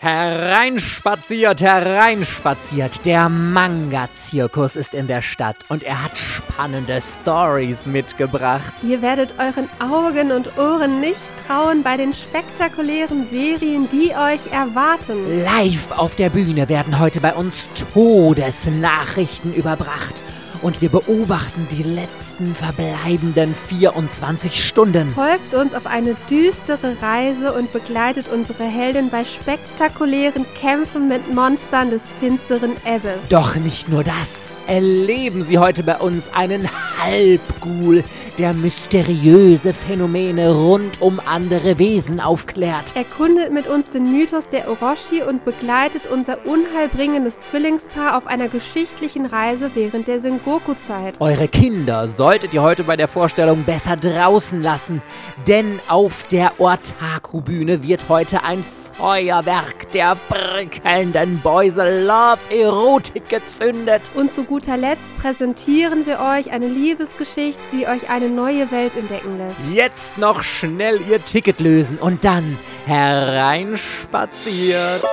Hereinspaziert, hereinspaziert. Der Manga-Zirkus ist in der Stadt und er hat spannende Stories mitgebracht. Ihr werdet euren Augen und Ohren nicht trauen bei den spektakulären Serien, die euch erwarten. Live auf der Bühne werden heute bei uns Todesnachrichten überbracht. Und wir beobachten die letzten verbleibenden 24 Stunden. Folgt uns auf eine düstere Reise und begleitet unsere Helden bei spektakulären Kämpfen mit Monstern des finsteren Abyss. Doch nicht nur das. Erleben Sie heute bei uns einen Halbghoul, der mysteriöse Phänomene rund um andere Wesen aufklärt. Erkundet mit uns den Mythos der Orochi und begleitet unser unheilbringendes Zwillingspaar auf einer geschichtlichen Reise während der Sengoku-Zeit. Eure Kinder solltet ihr heute bei der Vorstellung besser draußen lassen, denn auf der Otaku-Bühne wird heute ein Feuerwerk der prickelnden Boys Love Erotik gezündet. Und zu guter Letzt präsentieren wir euch eine Liebesgeschichte, die euch eine neue Welt entdecken lässt. Jetzt noch schnell Ihr Ticket lösen und dann hereinspaziert.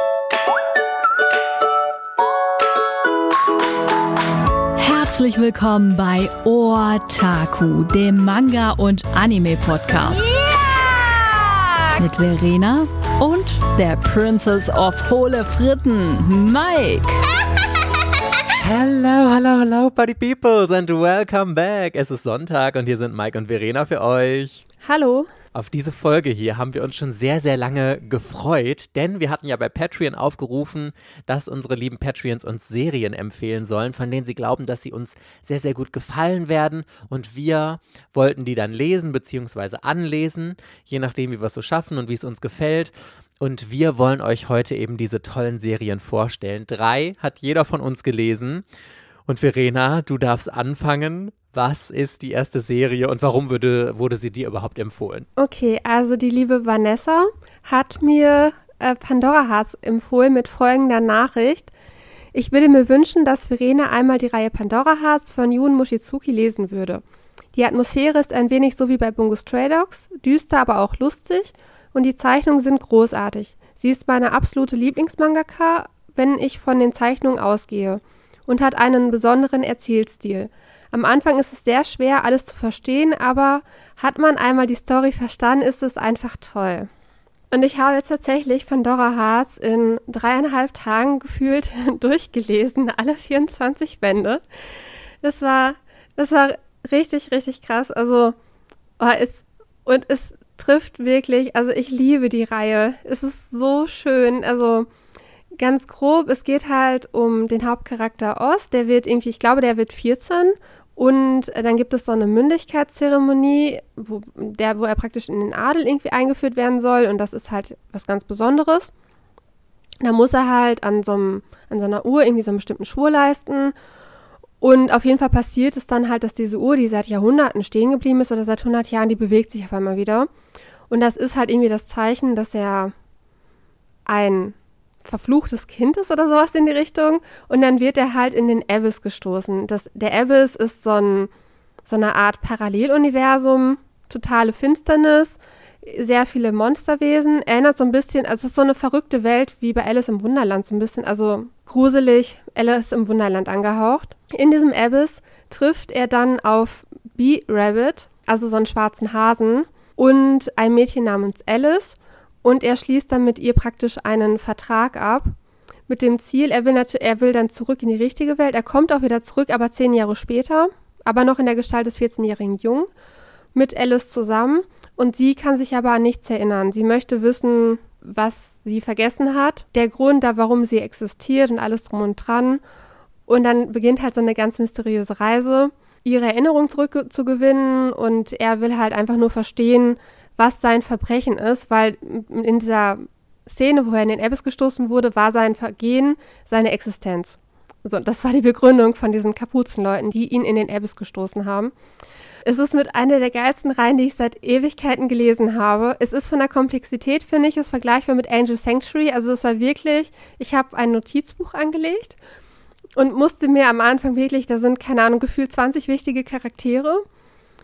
Herzlich willkommen bei Otaku, dem Manga- und Anime-Podcast. Yeah! Mit Verena und der Princess of Hohle Fritten, Mike. Hello, Party Peoples and welcome back. Es ist Sonntag und hier sind Mike und Verena für euch. Hallo. Auf diese Folge hier haben wir uns schon sehr, sehr lange gefreut, denn wir hatten ja bei Patreon aufgerufen, dass unsere lieben Patreons uns Serien empfehlen sollen, von denen sie glauben, dass sie uns sehr, sehr gut gefallen werden, und wir wollten die dann lesen bzw. anlesen, je nachdem, wie wir es so schaffen und wie es uns gefällt. Und wir wollen euch heute eben diese tollen Serien vorstellen. 3 hat jeder von uns gelesen. Und Verena, du darfst anfangen. Was ist die erste Serie und warum wurde sie dir überhaupt empfohlen? Okay, also die liebe Vanessa hat mir Pandora Hearts empfohlen mit folgender Nachricht. Ich würde mir wünschen, dass Verena einmal die Reihe Pandora Hearts von Jun Mochizuki lesen würde. Die Atmosphäre ist ein wenig so wie bei Bungo Stray Dogs, düster, aber auch lustig, und die Zeichnungen sind großartig. Sie ist meine absolute Lieblingsmangaka, wenn ich von den Zeichnungen ausgehe, und hat einen besonderen Erzählstil. Am Anfang ist es sehr schwer, alles zu verstehen, aber hat man einmal die Story verstanden, ist es einfach toll. Und ich habe jetzt tatsächlich Pandora Hearts in 3,5 Tagen gefühlt durchgelesen, alle 24 Bände. Das war richtig, richtig krass. Also, es trifft wirklich, also ich liebe die Reihe. Es ist so schön, also ganz grob, es geht halt um den Hauptcharakter Oz, der wird 14, und dann gibt es so eine Mündigkeitszeremonie, wo er praktisch in den Adel irgendwie eingeführt werden soll, und das ist halt was ganz Besonderes. Da muss er halt an seiner Uhr irgendwie so einen bestimmten Schwur leisten, und auf jeden Fall passiert es dann halt, dass diese Uhr, die seit Jahrhunderten stehen geblieben ist oder seit 100 Jahren, die bewegt sich auf einmal wieder, und das ist halt irgendwie das Zeichen, dass er ein verfluchtes Kind ist oder sowas in die Richtung, und dann wird er halt in den Abyss gestoßen. Der Abyss ist so eine Art Paralleluniversum, totale Finsternis, sehr viele Monsterwesen, erinnert so ein bisschen, also es ist so eine verrückte Welt wie bei Alice im Wunderland so ein bisschen, also gruselig, Alice im Wunderland angehaucht. In diesem Abyss trifft er dann auf B-Rabbit, also so einen schwarzen Hasen, und ein Mädchen namens Alice. Und er schließt dann mit ihr praktisch einen Vertrag ab, mit dem Ziel, er will dann zurück in die richtige Welt. Er kommt auch wieder zurück, aber 10 Jahre später, aber noch in der Gestalt des 14-jährigen Jungen, mit Alice zusammen. Und sie kann sich aber an nichts erinnern. Sie möchte wissen, was sie vergessen hat, der Grund, warum sie existiert und alles drum und dran. Und dann beginnt halt so eine ganz mysteriöse Reise, ihre Erinnerung zurückzugewinnen, und er will halt einfach nur verstehen, was sein Verbrechen ist, weil in dieser Szene, wo er in den Abyss gestoßen wurde, war sein Vergehen seine Existenz. So, das war die Begründung von diesen Kapuzenleuten, die ihn in den Abyss gestoßen haben. Es ist mit einer der geilsten Reihen, die ich seit Ewigkeiten gelesen habe. Es ist von der Komplexität, finde ich, es vergleichbar mit Angel Sanctuary. Also es war wirklich, ich habe ein Notizbuch angelegt und musste mir am Anfang wirklich, da sind, keine Ahnung, gefühlt 20 wichtige Charaktere.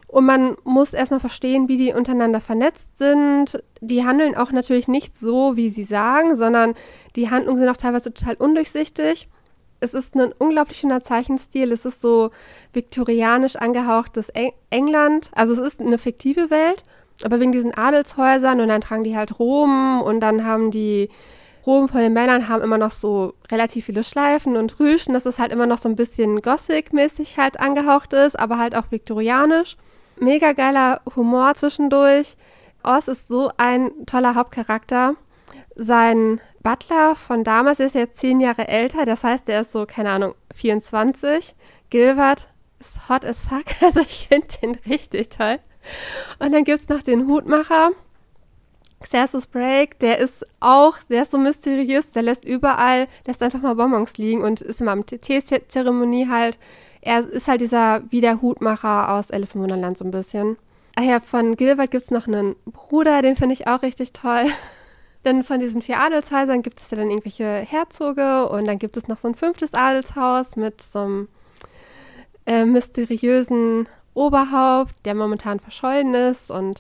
Und man muss erstmal verstehen, wie die untereinander vernetzt sind. Die handeln auch natürlich nicht so, wie sie sagen, sondern die Handlungen sind auch teilweise total undurchsichtig. Es ist ein unglaublich schöner Zeichenstil. Es ist so viktorianisch angehauchtes England. Also es ist eine fiktive Welt, aber wegen diesen Adelshäusern und dann tragen die halt Roben und dann haben die Roben von den Männern haben immer noch so relativ viele Schleifen und Rüschen, dass es halt immer noch so ein bisschen Gothic-mäßig halt angehaucht ist, aber halt auch viktorianisch. Mega geiler Humor zwischendurch. Oz ist so ein toller Hauptcharakter. Sein Butler von damals ist jetzt 10 Jahre älter, das heißt, er ist so, keine Ahnung, 24. Gilbert ist hot as fuck, also ich finde den richtig toll. Und dann gibt es noch den Hutmacher, Xerxes Break, der ist so mysteriös, der lässt einfach mal Bonbons liegen und ist immer am Teezeremonie halt. Er ist halt wie der Hutmacher aus Alice im Wunderland so ein bisschen. Ach ja, von Gilbert gibt es noch einen Bruder, den finde ich auch richtig toll. Dann von diesen 4 Adelshäusern gibt es ja dann irgendwelche Herzoge und dann gibt es noch so ein 5. Adelshaus mit so einem mysteriösen Oberhaupt, der momentan verschollen ist und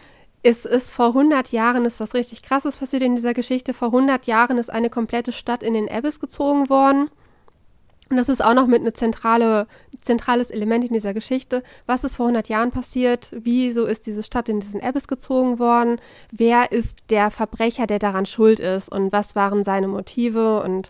es ist vor 100 Jahren ist was richtig Krasses passiert in dieser Geschichte. Vor 100 Jahren ist eine komplette Stadt in den Abyss gezogen worden. Und das ist auch noch mit ein zentrales Element in dieser Geschichte. Was ist vor 100 Jahren passiert? Wieso ist diese Stadt in diesen Abyss gezogen worden? Wer ist der Verbrecher, der daran schuld ist? Und was waren seine Motive? Und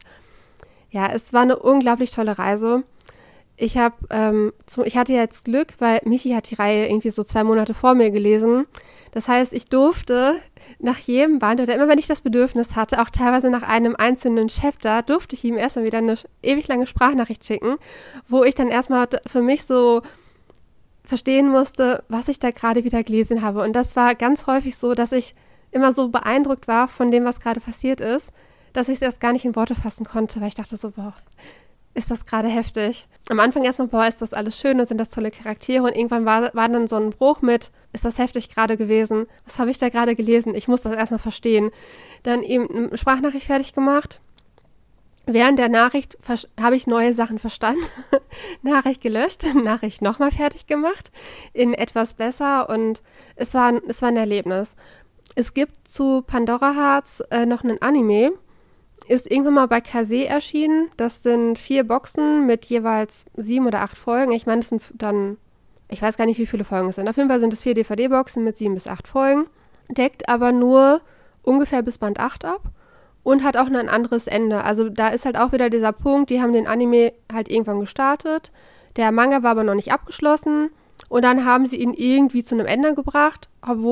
ja, es war eine unglaublich tolle Reise. Ich hatte jetzt Glück, weil Michi hat die Reihe irgendwie so 2 Monate vor mir gelesen. Das heißt, ich durfte nach jedem Band oder immer, wenn ich das Bedürfnis hatte, auch teilweise nach einem einzelnen Chapter, durfte ich ihm erstmal wieder eine ewig lange Sprachnachricht schicken, wo ich dann erstmal für mich so verstehen musste, was ich da gerade wieder gelesen habe. Und das war ganz häufig so, dass ich immer so beeindruckt war von dem, was gerade passiert ist, dass ich es erst gar nicht in Worte fassen konnte, weil ich dachte so, boah, ist das gerade heftig. Am Anfang erstmal, boah, ist das alles schön und sind das tolle Charaktere und irgendwann war dann so ein Bruch mit, ist das heftig gerade gewesen? Was habe ich da gerade gelesen? Ich muss das erstmal verstehen. Dann eben eine Sprachnachricht fertig gemacht. Während der Nachricht habe ich neue Sachen verstanden. Nachricht gelöscht, Nachricht nochmal fertig gemacht, in etwas besser und es war ein Erlebnis. Es gibt zu Pandora Hearts noch einen Anime, ist irgendwann mal bei Kase erschienen. Das sind 4 Boxen mit jeweils 7 oder 8 Folgen. Ich meine, das sind dann, ich weiß gar nicht, wie viele Folgen es sind. Auf jeden Fall sind es 4 DVD-Boxen mit 7 bis 8 Folgen. Deckt aber nur ungefähr bis Band 8 ab und hat auch ein anderes Ende. Also da ist halt auch wieder dieser Punkt, die haben den Anime halt irgendwann gestartet. Der Manga war aber noch nicht abgeschlossen. Und dann haben sie ihn irgendwie zu einem Ende gebracht,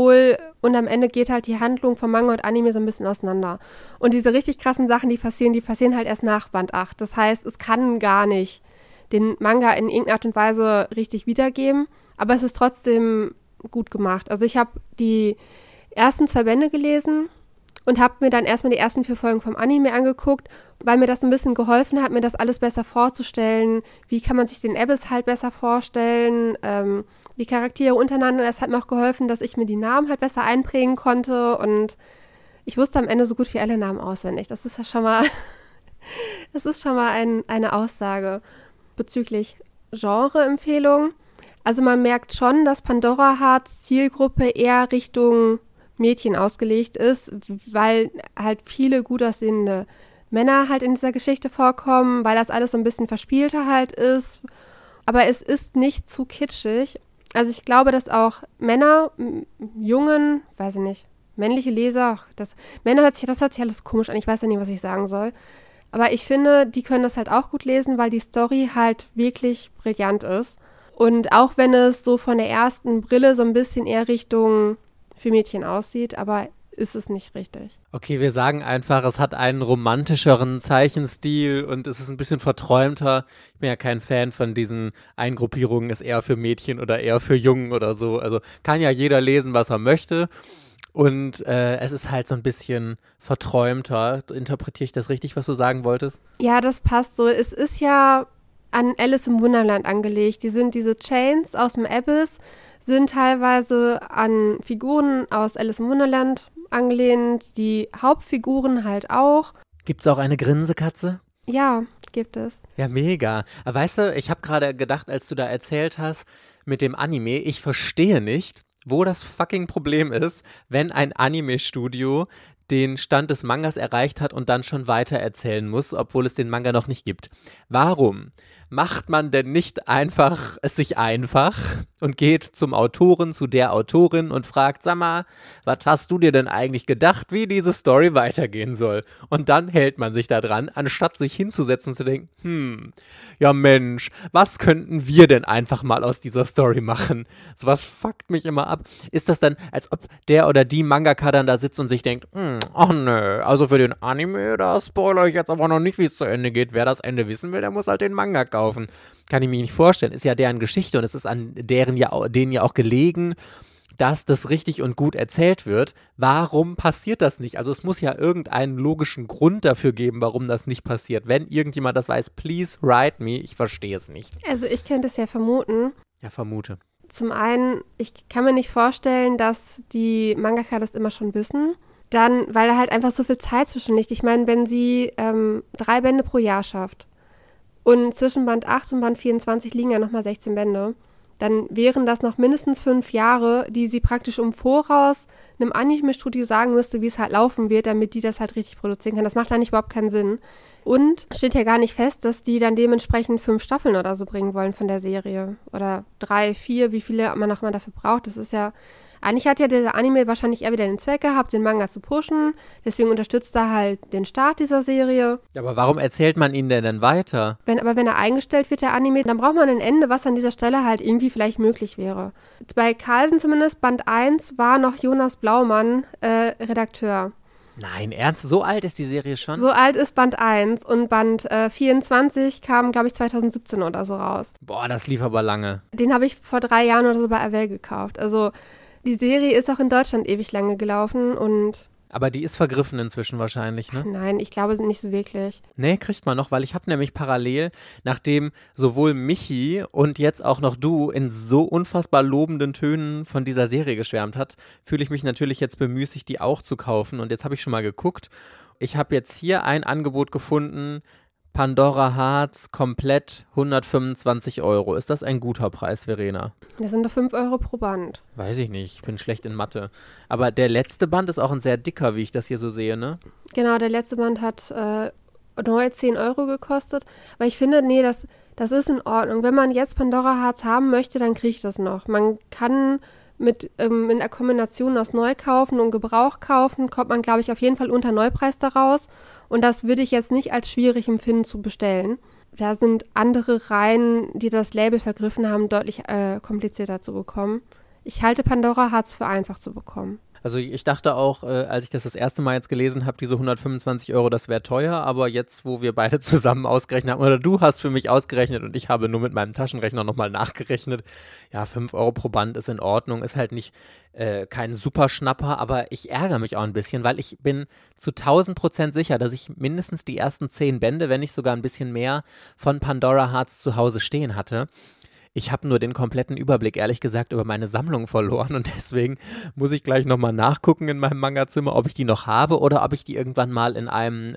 und am Ende geht halt die Handlung von Manga und Anime so ein bisschen auseinander. Und diese richtig krassen Sachen, die passieren halt erst nach Band 8. Das heißt, es kann gar nicht den Manga in irgendeiner Art und Weise richtig wiedergeben, aber es ist trotzdem gut gemacht. Also ich habe die ersten 2 Bände gelesen und habe mir dann erstmal die ersten 4 Folgen vom Anime angeguckt, weil mir das ein bisschen geholfen hat, mir das alles besser vorzustellen. Wie kann man sich den Abyss halt besser vorstellen? Die Charaktere untereinander, das hat mir auch geholfen, dass ich mir die Namen halt besser einprägen konnte und ich wusste am Ende so gut wie alle Namen auswendig. Das ist ja schon mal, eine Aussage bezüglich Genre-Empfehlung. Also man merkt schon, dass Pandora Hearts Zielgruppe eher Richtung Mädchen ausgelegt ist, weil halt viele gut aussehende Männer halt in dieser Geschichte vorkommen, weil das alles so ein bisschen verspielter halt ist. Aber es ist nicht zu kitschig. Also ich glaube, dass auch Männer, Jungen, weiß ich nicht, männliche Leser, das hört sich alles komisch an, ich weiß ja nicht, was ich sagen soll. Aber ich finde, die können das halt auch gut lesen, weil die Story halt wirklich brillant ist. Und auch wenn es so von der ersten Brille so ein bisschen eher Richtung für Mädchen aussieht, aber ist es nicht richtig. Okay, wir sagen einfach, es hat einen romantischeren Zeichenstil und es ist ein bisschen verträumter. Ich bin ja kein Fan von diesen Eingruppierungen, ist eher für Mädchen oder eher für Jungen oder so. Also kann ja jeder lesen, was er möchte. Und es ist halt so ein bisschen verträumter. Interpretiere ich das richtig, was du sagen wolltest? Ja, das passt so. Es ist ja an Alice im Wunderland angelegt. Diese Chains aus dem Abyss sind teilweise an Figuren aus Alice im Wunderland angelehnt, die Hauptfiguren halt auch. Gibt's auch eine Grinsekatze? Ja, gibt es. Ja, mega. Aber weißt du, ich habe gerade gedacht, als du da erzählt hast mit dem Anime, ich verstehe nicht, wo das fucking Problem ist, wenn ein Anime-Studio den Stand des Mangas erreicht hat und dann schon weiter erzählen muss, obwohl es den Manga noch nicht gibt. Warum macht man denn nicht einfach es sich einfach und geht zum Autoren, zu der Autorin und fragt, sag mal, was hast du dir denn eigentlich gedacht, wie diese Story weitergehen soll? Und dann hält man sich da dran, anstatt sich hinzusetzen und zu denken, ja Mensch, was könnten wir denn einfach mal aus dieser Story machen? Sowas fuckt mich immer ab. Ist das dann, als ob der oder die Mangaka dann da sitzt und sich denkt, ach nö, also für den Anime, da spoilere ich jetzt aber noch nicht, wie es zu Ende geht. Wer das Ende wissen will, der muss halt den Manga kaufen. Kann ich mir nicht vorstellen. Ist ja deren Geschichte und es ist an denen ja auch gelegen, dass das richtig und gut erzählt wird. Warum passiert das nicht? Also es muss ja irgendeinen logischen Grund dafür geben, warum das nicht passiert. Wenn irgendjemand das weiß, please write me. Ich verstehe es nicht. Also ich könnte es ja vermuten. Ja, vermute. Zum einen, ich kann mir nicht vorstellen, dass die Mangaka das immer schon wissen. Dann, weil da halt einfach so viel Zeit zwischen liegt. Ich meine, wenn sie 3 Bände pro Jahr schafft und zwischen Band 8 und Band 24 liegen ja nochmal 16 Bände, dann wären das noch mindestens 5 Jahre, die sie praktisch im Voraus einem Anime-Studio sagen müsste, wie es halt laufen wird, damit die das halt richtig produzieren kann. Das macht eigentlich überhaupt keinen Sinn. Und steht ja gar nicht fest, dass die dann dementsprechend 5 Staffeln oder so bringen wollen von der Serie. Oder 3, 4, wie viele man auch mal dafür braucht. Das ist ja, eigentlich hat ja dieser Anime wahrscheinlich eher wieder den Zweck gehabt, den Manga zu pushen. Deswegen unterstützt er halt den Start dieser Serie. Aber warum erzählt man ihn denn dann weiter? Wenn er eingestellt wird, der Anime, dann braucht man ein Ende, was an dieser Stelle halt irgendwie vielleicht möglich wäre. Bei Carlsen zumindest, Band 1, war noch Jonas Blaumann Redakteur. Nein, ernst? So alt ist die Serie schon? So alt ist Band 1 und Band 24 kam, glaube ich, 2017 oder so raus. Boah, das lief aber lange. Den habe ich vor 3 Jahren oder so bei Avell gekauft. Also die Serie ist auch in Deutschland ewig lange gelaufen und... Aber die ist vergriffen inzwischen wahrscheinlich, ne? Nein, ich glaube nicht so wirklich. Nee, kriegt man noch, weil ich habe nämlich parallel, nachdem sowohl Michi und jetzt auch noch du in so unfassbar lobenden Tönen von dieser Serie geschwärmt hat, fühle ich mich natürlich jetzt bemüßigt, die auch zu kaufen. Und jetzt habe ich schon mal geguckt. Ich habe jetzt hier ein Angebot gefunden, Pandora Hearts komplett 125 €. Ist das ein guter Preis, Verena? Das sind doch 5 € pro Band. Weiß ich nicht, ich bin schlecht in Mathe. Aber der letzte Band ist auch ein sehr dicker, wie ich das hier so sehe, ne? Genau, der letzte Band hat neu 10 € gekostet. Aber ich finde, nee, das ist in Ordnung. Wenn man jetzt Pandora Hearts haben möchte, dann kriege ich das noch. Man kann in der Kombination aus Neukaufen und Gebrauch kaufen, kommt man, glaube ich, auf jeden Fall unter Neupreis daraus. Und das würde ich jetzt nicht als schwierig empfinden zu bestellen. Da sind andere Reihen, die das Label vergriffen haben, deutlich komplizierter zu bekommen. Ich halte Pandora Hearts für einfach zu bekommen. Also ich dachte auch, als ich das erste Mal jetzt gelesen habe, diese 125 €, das wäre teuer, aber jetzt, wo wir beide zusammen ausgerechnet haben, oder du hast für mich ausgerechnet und ich habe nur mit meinem Taschenrechner nochmal nachgerechnet, ja, 5 € pro Band ist in Ordnung, ist halt nicht kein Superschnapper, aber ich ärgere mich auch ein bisschen, weil ich bin zu 1000% sicher, dass ich mindestens die ersten 10 Bände, wenn nicht sogar ein bisschen mehr, von Pandora Hearts zu Hause stehen hatte. Ich habe nur den kompletten Überblick, ehrlich gesagt, über meine Sammlung verloren und deswegen muss ich gleich nochmal nachgucken in meinem Manga-Zimmer, ob ich die noch habe oder ob ich die irgendwann mal in einem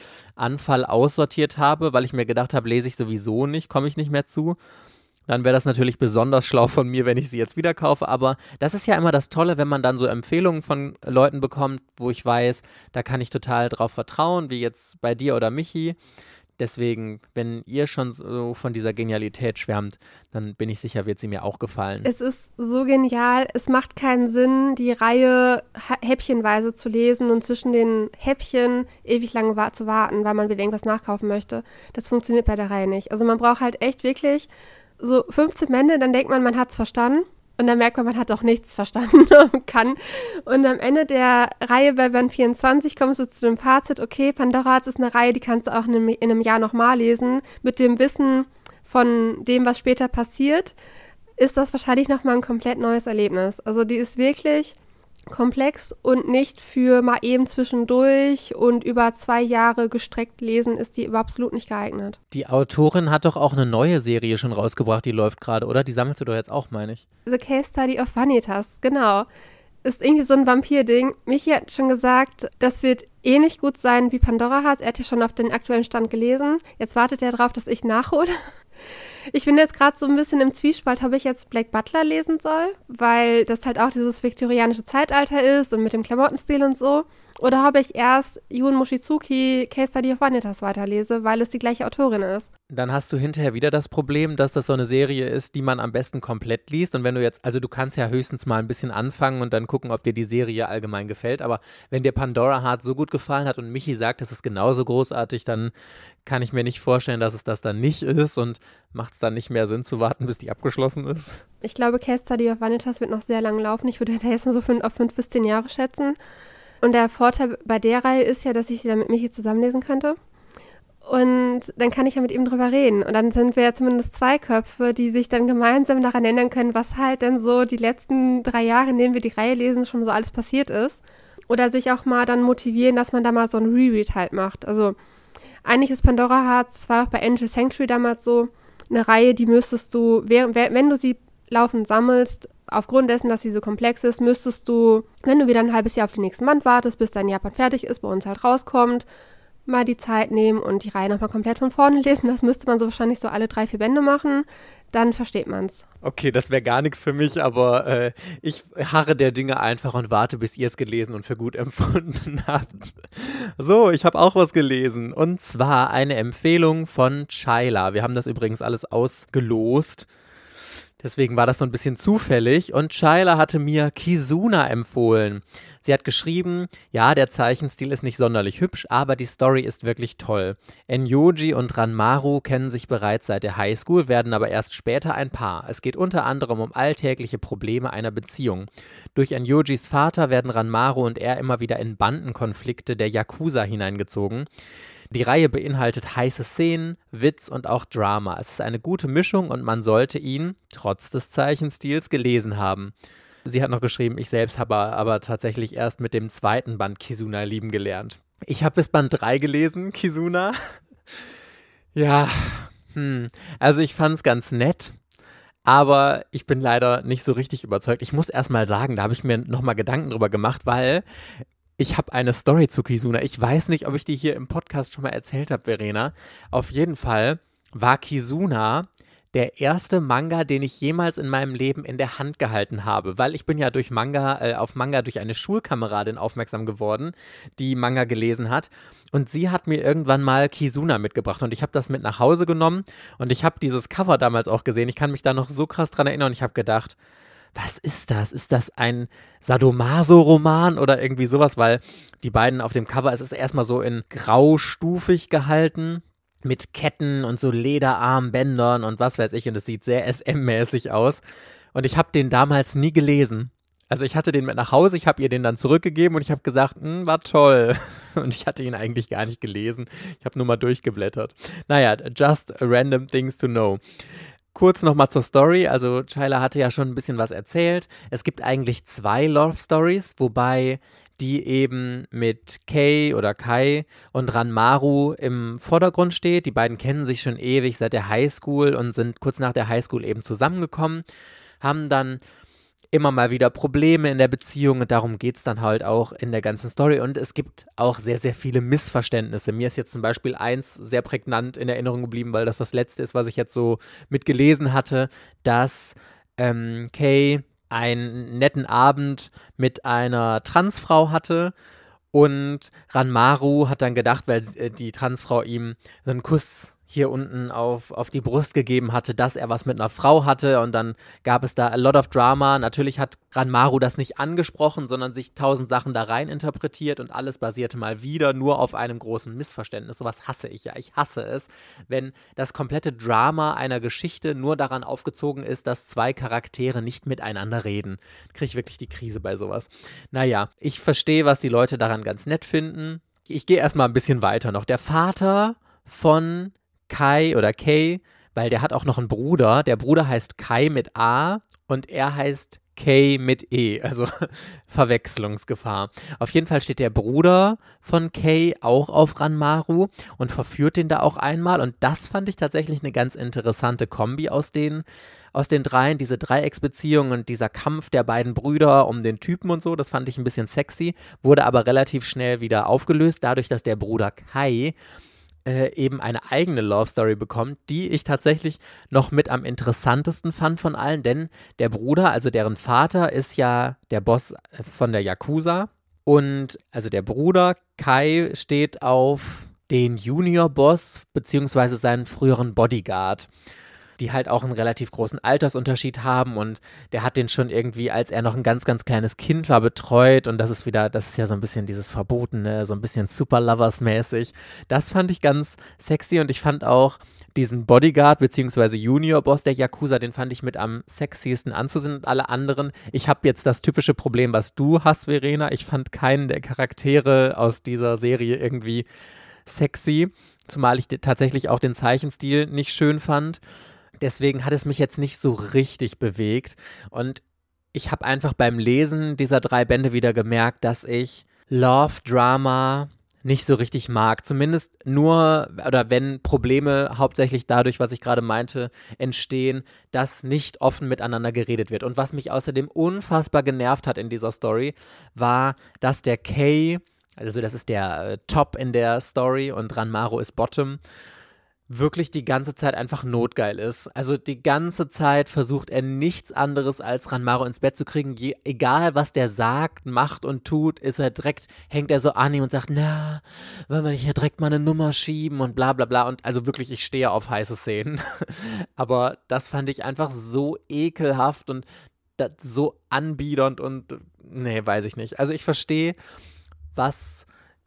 Anfall aussortiert habe, weil ich mir gedacht habe, lese ich sowieso nicht, komme ich nicht mehr zu. Dann wäre das natürlich besonders schlau von mir, wenn ich sie jetzt wieder kaufe, aber das ist ja immer das Tolle, wenn man dann so Empfehlungen von Leuten bekommt, wo ich weiß, da kann ich total drauf vertrauen, wie jetzt bei dir oder Michi. Deswegen, wenn ihr schon so von dieser Genialität schwärmt, dann bin ich sicher, wird sie mir auch gefallen. Es ist so genial. Es macht keinen Sinn, die Reihe häppchenweise zu lesen und zwischen den Häppchen ewig lange zu warten, weil man wieder irgendwas nachkaufen möchte. Das funktioniert bei der Reihe nicht. Also man braucht halt echt wirklich so 15 Bände, dann denkt man hat's verstanden. Und dann merkt man hat auch nichts verstanden kann. Und am Ende der Reihe bei Band 24 kommst du zu dem Fazit, okay, Pandora Hearts ist eine Reihe, die kannst du auch in einem Jahr nochmal lesen. Mit dem Wissen von dem, was später passiert, ist das wahrscheinlich nochmal ein komplett neues Erlebnis. Also die ist wirklich komplex und nicht für mal eben zwischendurch und über 2 Jahre gestreckt lesen, ist die absolut nicht geeignet. Die Autorin hat doch auch eine neue Serie schon rausgebracht, die läuft gerade, oder? Die sammelst du doch jetzt auch, meine ich. The Case Study of Vanitas, genau. ist irgendwie so ein Vampir-Ding. Michi hat schon gesagt, das wird eh nicht gut sein wie Pandora Hearts. Er hat ja schon auf den aktuellen Stand gelesen. Jetzt wartet er darauf, dass ich nachhole. Ich bin jetzt gerade so ein bisschen im Zwiespalt, ob ich jetzt Black Butler lesen soll, weil das halt auch dieses viktorianische Zeitalter ist und mit dem Klamottenstil und so. Oder ob ich erst Jun Mochizuki Case Study of Vanitas weiterlese, weil es die gleiche Autorin ist. Dann hast du hinterher wieder das Problem, dass das so eine Serie ist, die man am besten komplett liest. Und wenn du jetzt, also du kannst ja höchstens mal ein bisschen anfangen und dann gucken, ob dir die Serie allgemein gefällt. Aber wenn dir Pandora Hearts so gut gefallen hat und Michi sagt, es ist genauso großartig, dann kann ich mir nicht vorstellen, dass es das dann nicht ist und macht es dann nicht mehr Sinn zu warten, bis die abgeschlossen ist. Ich glaube, Case Study of Vanitas wird noch sehr lange laufen. Ich würde da jetzt mal so auf 5 bis 10 Jahre schätzen. Und der Vorteil bei der Reihe ist ja, dass ich sie dann mit Michi zusammenlesen könnte. Und dann kann ich ja mit ihm drüber reden. Und dann sind wir ja zumindest 2 Köpfe, die sich dann gemeinsam daran erinnern können, was halt denn so die letzten 3 Jahre, in denen wir die Reihe lesen, schon so alles passiert ist. Oder sich auch mal dann motivieren, dass man da mal so ein Reread halt macht. Also eigentlich ist Pandora Hearts, das war auch bei Angel Sanctuary damals so, eine Reihe, die müsstest du, wenn du sie laufend sammelst, aufgrund dessen, dass sie so komplex ist, müsstest du, wenn du wieder ein halbes Jahr auf den nächsten Band wartest, bis dein Japan fertig ist, bei uns halt rauskommt, mal die Zeit nehmen und die Reihe nochmal komplett von vorne lesen. Das müsste man so wahrscheinlich so alle 3, 4 Bände machen. Dann versteht man's. Okay, das wäre gar nichts für mich, aber ich harre der Dinge einfach und warte, bis ihr es gelesen und für gut empfunden habt. So, ich habe auch was gelesen und zwar eine Empfehlung von Chayla. Wir haben das übrigens alles ausgelost. Deswegen war das so ein bisschen zufällig und Chayla hatte mir Kizuna empfohlen. Sie hat geschrieben, ja, der Zeichenstil ist nicht sonderlich hübsch, aber die Story ist wirklich toll. Enyoji und Ranmaru kennen sich bereits seit der Highschool, werden aber erst später ein Paar. Es geht unter anderem um alltägliche Probleme einer Beziehung. Durch Enyojis Vater werden Ranmaru und er immer wieder in Bandenkonflikte der Yakuza hineingezogen. Die Reihe beinhaltet heiße Szenen, Witz und auch Drama. Es ist eine gute Mischung und man sollte ihn, trotz des Zeichenstils, gelesen haben. Sie hat noch geschrieben, ich selbst habe aber tatsächlich erst mit dem 2. Band Kizuna lieben gelernt. Ich habe bis Band 3 gelesen, Kizuna. Ja, also ich fand es ganz nett. Aber ich bin leider nicht so richtig überzeugt. Ich muss erst mal sagen, da habe ich mir nochmal Gedanken drüber gemacht, weil ich habe eine Story zu Kizuna. Ich weiß nicht, ob ich die hier im Podcast schon mal erzählt habe, Verena. Auf jeden Fall war Kizuna der erste Manga, den ich jemals in meinem Leben in der Hand gehalten habe, weil ich bin ja durch auf Manga durch eine Schulkameradin aufmerksam geworden, die Manga gelesen hat und sie hat mir irgendwann mal Kizuna mitgebracht und ich habe das mit nach Hause genommen und ich habe dieses Cover damals auch gesehen. Ich kann mich da noch so krass dran erinnern und ich habe gedacht, was ist das? Ist das ein Sadomaso-Roman oder irgendwie sowas? Weil die beiden auf dem Cover, es ist erstmal so in graustufig gehalten mit Ketten und so Lederarmbändern und was weiß ich und es sieht sehr SM-mäßig aus und ich habe den damals nie gelesen. Also ich hatte den mit nach Hause, ich habe ihr den dann zurückgegeben und ich habe gesagt, war toll. Und ich hatte ihn eigentlich gar nicht gelesen. Ich habe nur mal durchgeblättert. Naja, just random things to know. Kurz nochmal zur Story, also Chayla hatte ja schon ein bisschen was erzählt. Es gibt eigentlich 2 Love Stories, wobei die eben mit Kei und Ranmaru im Vordergrund steht. Die beiden kennen sich schon ewig seit der Highschool und sind kurz nach der Highschool eben zusammengekommen, haben dann immer mal wieder Probleme in der Beziehung und darum geht es dann halt auch in der ganzen Story und es gibt auch sehr, sehr viele Missverständnisse. Mir ist jetzt zum Beispiel eins sehr prägnant in Erinnerung geblieben, weil das letzte ist, was ich jetzt so mitgelesen hatte, dass Kei einen netten Abend mit einer Transfrau hatte und Ranmaru hat dann gedacht, weil die Transfrau ihm so einen Kuss hier unten auf die Brust gegeben hatte, dass er was mit einer Frau hatte und dann gab es da a lot of drama. Natürlich hat Ranmaru das nicht angesprochen, sondern sich 1000 Sachen da rein interpretiert und alles basierte mal wieder nur auf einem großen Missverständnis. Sowas hasse ich ja. Ich hasse es, wenn das komplette Drama einer Geschichte nur daran aufgezogen ist, dass 2 Charaktere nicht miteinander reden. Kriege ich wirklich die Krise bei sowas. Naja, ich verstehe, was die Leute daran ganz nett finden. Ich gehe erstmal ein bisschen weiter noch. Der Vater von Kei, weil der hat auch noch einen Bruder. Der Bruder heißt Kai mit A und er heißt Kay mit E, also Verwechslungsgefahr. Auf jeden Fall steht der Bruder von Kay auch auf Ranmaru und verführt den da auch einmal und das fand ich tatsächlich eine ganz interessante Kombi aus den dreien, diese Dreiecksbeziehung und dieser Kampf der beiden Brüder um den Typen und so, das fand ich ein bisschen sexy, wurde aber relativ schnell wieder aufgelöst, dadurch, dass der Bruder Kai eben eine eigene Love Story bekommt, die ich tatsächlich noch mit am interessantesten fand von allen, denn der Bruder, also deren Vater, ist ja der Boss von der Yakuza und also der Bruder Kai steht auf den Junior-Boss beziehungsweise seinen früheren Bodyguard, die halt auch einen relativ großen Altersunterschied haben und der hat den schon irgendwie, als er noch ein ganz, ganz kleines Kind war, betreut und das ist ja so ein bisschen dieses Verbotene, so ein bisschen Super-Lovers-mäßig. Das fand ich ganz sexy und ich fand auch diesen Bodyguard bzw. Junior-Boss der Yakuza, den fand ich mit am sexiesten anzusehen und alle anderen. Ich habe jetzt das typische Problem, was du hast, Verena. Ich fand keinen der Charaktere aus dieser Serie irgendwie sexy, zumal ich tatsächlich auch den Zeichenstil nicht schön fand. Deswegen hat es mich jetzt nicht so richtig bewegt und ich habe einfach beim Lesen dieser 3 Bände wieder gemerkt, dass ich Love-Drama nicht so richtig mag. Zumindest nur, oder wenn Probleme hauptsächlich dadurch, was ich gerade meinte, entstehen, dass nicht offen miteinander geredet wird. Und was mich außerdem unfassbar genervt hat in dieser Story, war, dass der Kay, also das ist der Top in der Story und Ranmaru ist Bottom, wirklich die ganze Zeit einfach notgeil ist. Also die ganze Zeit versucht er nichts anderes als Ranmaru ins Bett zu kriegen. Egal was der sagt, macht und tut, hängt er so an ihm und sagt, na, wollen wir nicht hier direkt mal eine Nummer schieben und bla bla bla. Und also wirklich, ich stehe auf heiße Szenen. Aber das fand ich einfach so ekelhaft und so anbiedernd und nee, weiß ich nicht. Also ich verstehe, was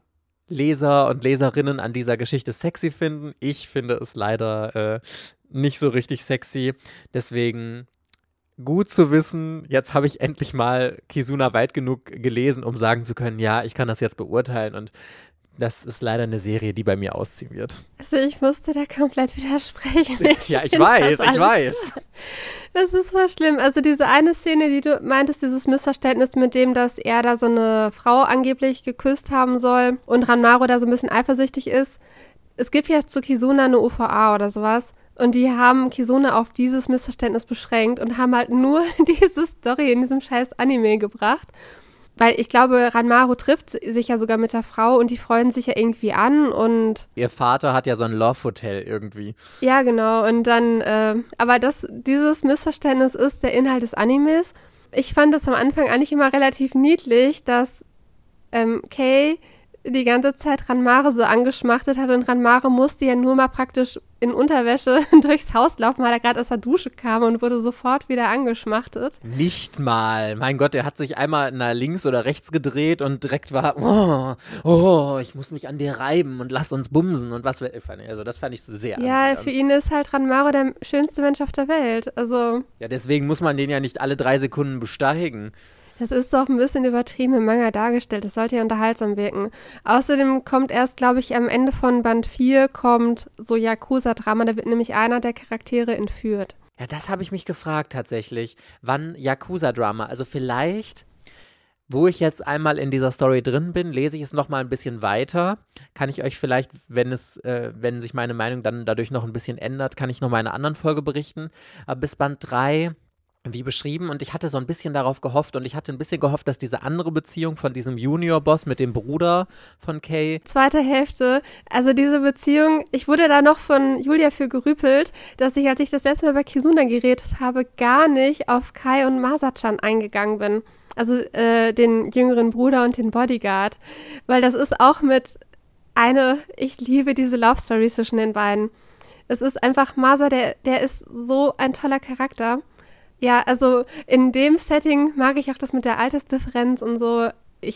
Leser und Leserinnen an dieser Geschichte sexy finden. Ich finde es leider nicht so richtig sexy. Deswegen gut zu wissen, jetzt habe ich endlich mal Kizuna weit genug gelesen, um sagen zu können, ja, ich kann das jetzt beurteilen und das ist leider eine Serie, die bei mir ausziehen wird. Also ich musste da komplett widersprechen. Ja, ich weiß. Das ist voll schlimm. Also diese eine Szene, die du meintest, dieses Missverständnis mit dem, dass er da so eine Frau angeblich geküsst haben soll und Ranmaru da so ein bisschen eifersüchtig ist. Es gibt ja zu Kizuna eine UVA oder sowas und die haben Kizuna auf dieses Missverständnis beschränkt und haben halt nur diese Story in diesem scheiß Anime gebracht. Weil ich glaube, Ranmaru trifft sich ja sogar mit der Frau und die freuen sich ja irgendwie an und ihr Vater hat ja so ein Love-Hotel irgendwie. Ja, genau. Und dann, aber dieses Missverständnis ist der Inhalt des Animes. Ich fand es am Anfang eigentlich immer relativ niedlich, dass Kay die ganze Zeit Ranmaru so angeschmachtet hat und Ranmaru musste ja nur mal praktisch in Unterwäsche durchs Haus laufen, weil er gerade aus der Dusche kam und wurde sofort wieder angeschmachtet. Nicht mal. Mein Gott, er hat sich einmal nach links oder rechts gedreht und direkt war, ich muss mich an dir reiben und lass uns bumsen und was. Also das fand ich so sehr. Ja, für ihn ist halt Ranmaru der schönste Mensch auf der Welt. Also. Ja, deswegen muss man den ja nicht alle 3 Sekunden besteigen. Das ist doch ein bisschen übertrieben im Manga dargestellt. Das sollte ja unterhaltsam wirken. Außerdem kommt erst, glaube ich, am Ende von Band 4 kommt so Yakuza-Drama. Da wird nämlich einer der Charaktere entführt. Ja, das habe ich mich gefragt tatsächlich. Wann Yakuza-Drama? Also vielleicht, wo ich jetzt einmal in dieser Story drin bin, lese ich es nochmal ein bisschen weiter. Kann ich euch vielleicht, wenn sich meine Meinung dann dadurch noch ein bisschen ändert, kann ich nochmal in einer anderen Folge berichten. Aber bis Band 3 wie beschrieben und ich hatte so ein bisschen darauf gehofft und ich hatte ein bisschen gehofft, dass diese andere Beziehung von diesem Junior-Boss mit dem Bruder von Kay. Zweite Hälfte, also diese Beziehung, ich wurde da noch von Julia für gerüpelt, dass ich, als ich das letzte Mal bei Kizuna geredet habe, gar nicht auf Kai und Masa-chan eingegangen bin. Also den jüngeren Bruder und den Bodyguard. Weil das ist auch ich liebe diese Love-Story zwischen den beiden. Es ist einfach Masa, der ist so ein toller Charakter. Ja, also in dem Setting mag ich auch das mit der Altersdifferenz und so.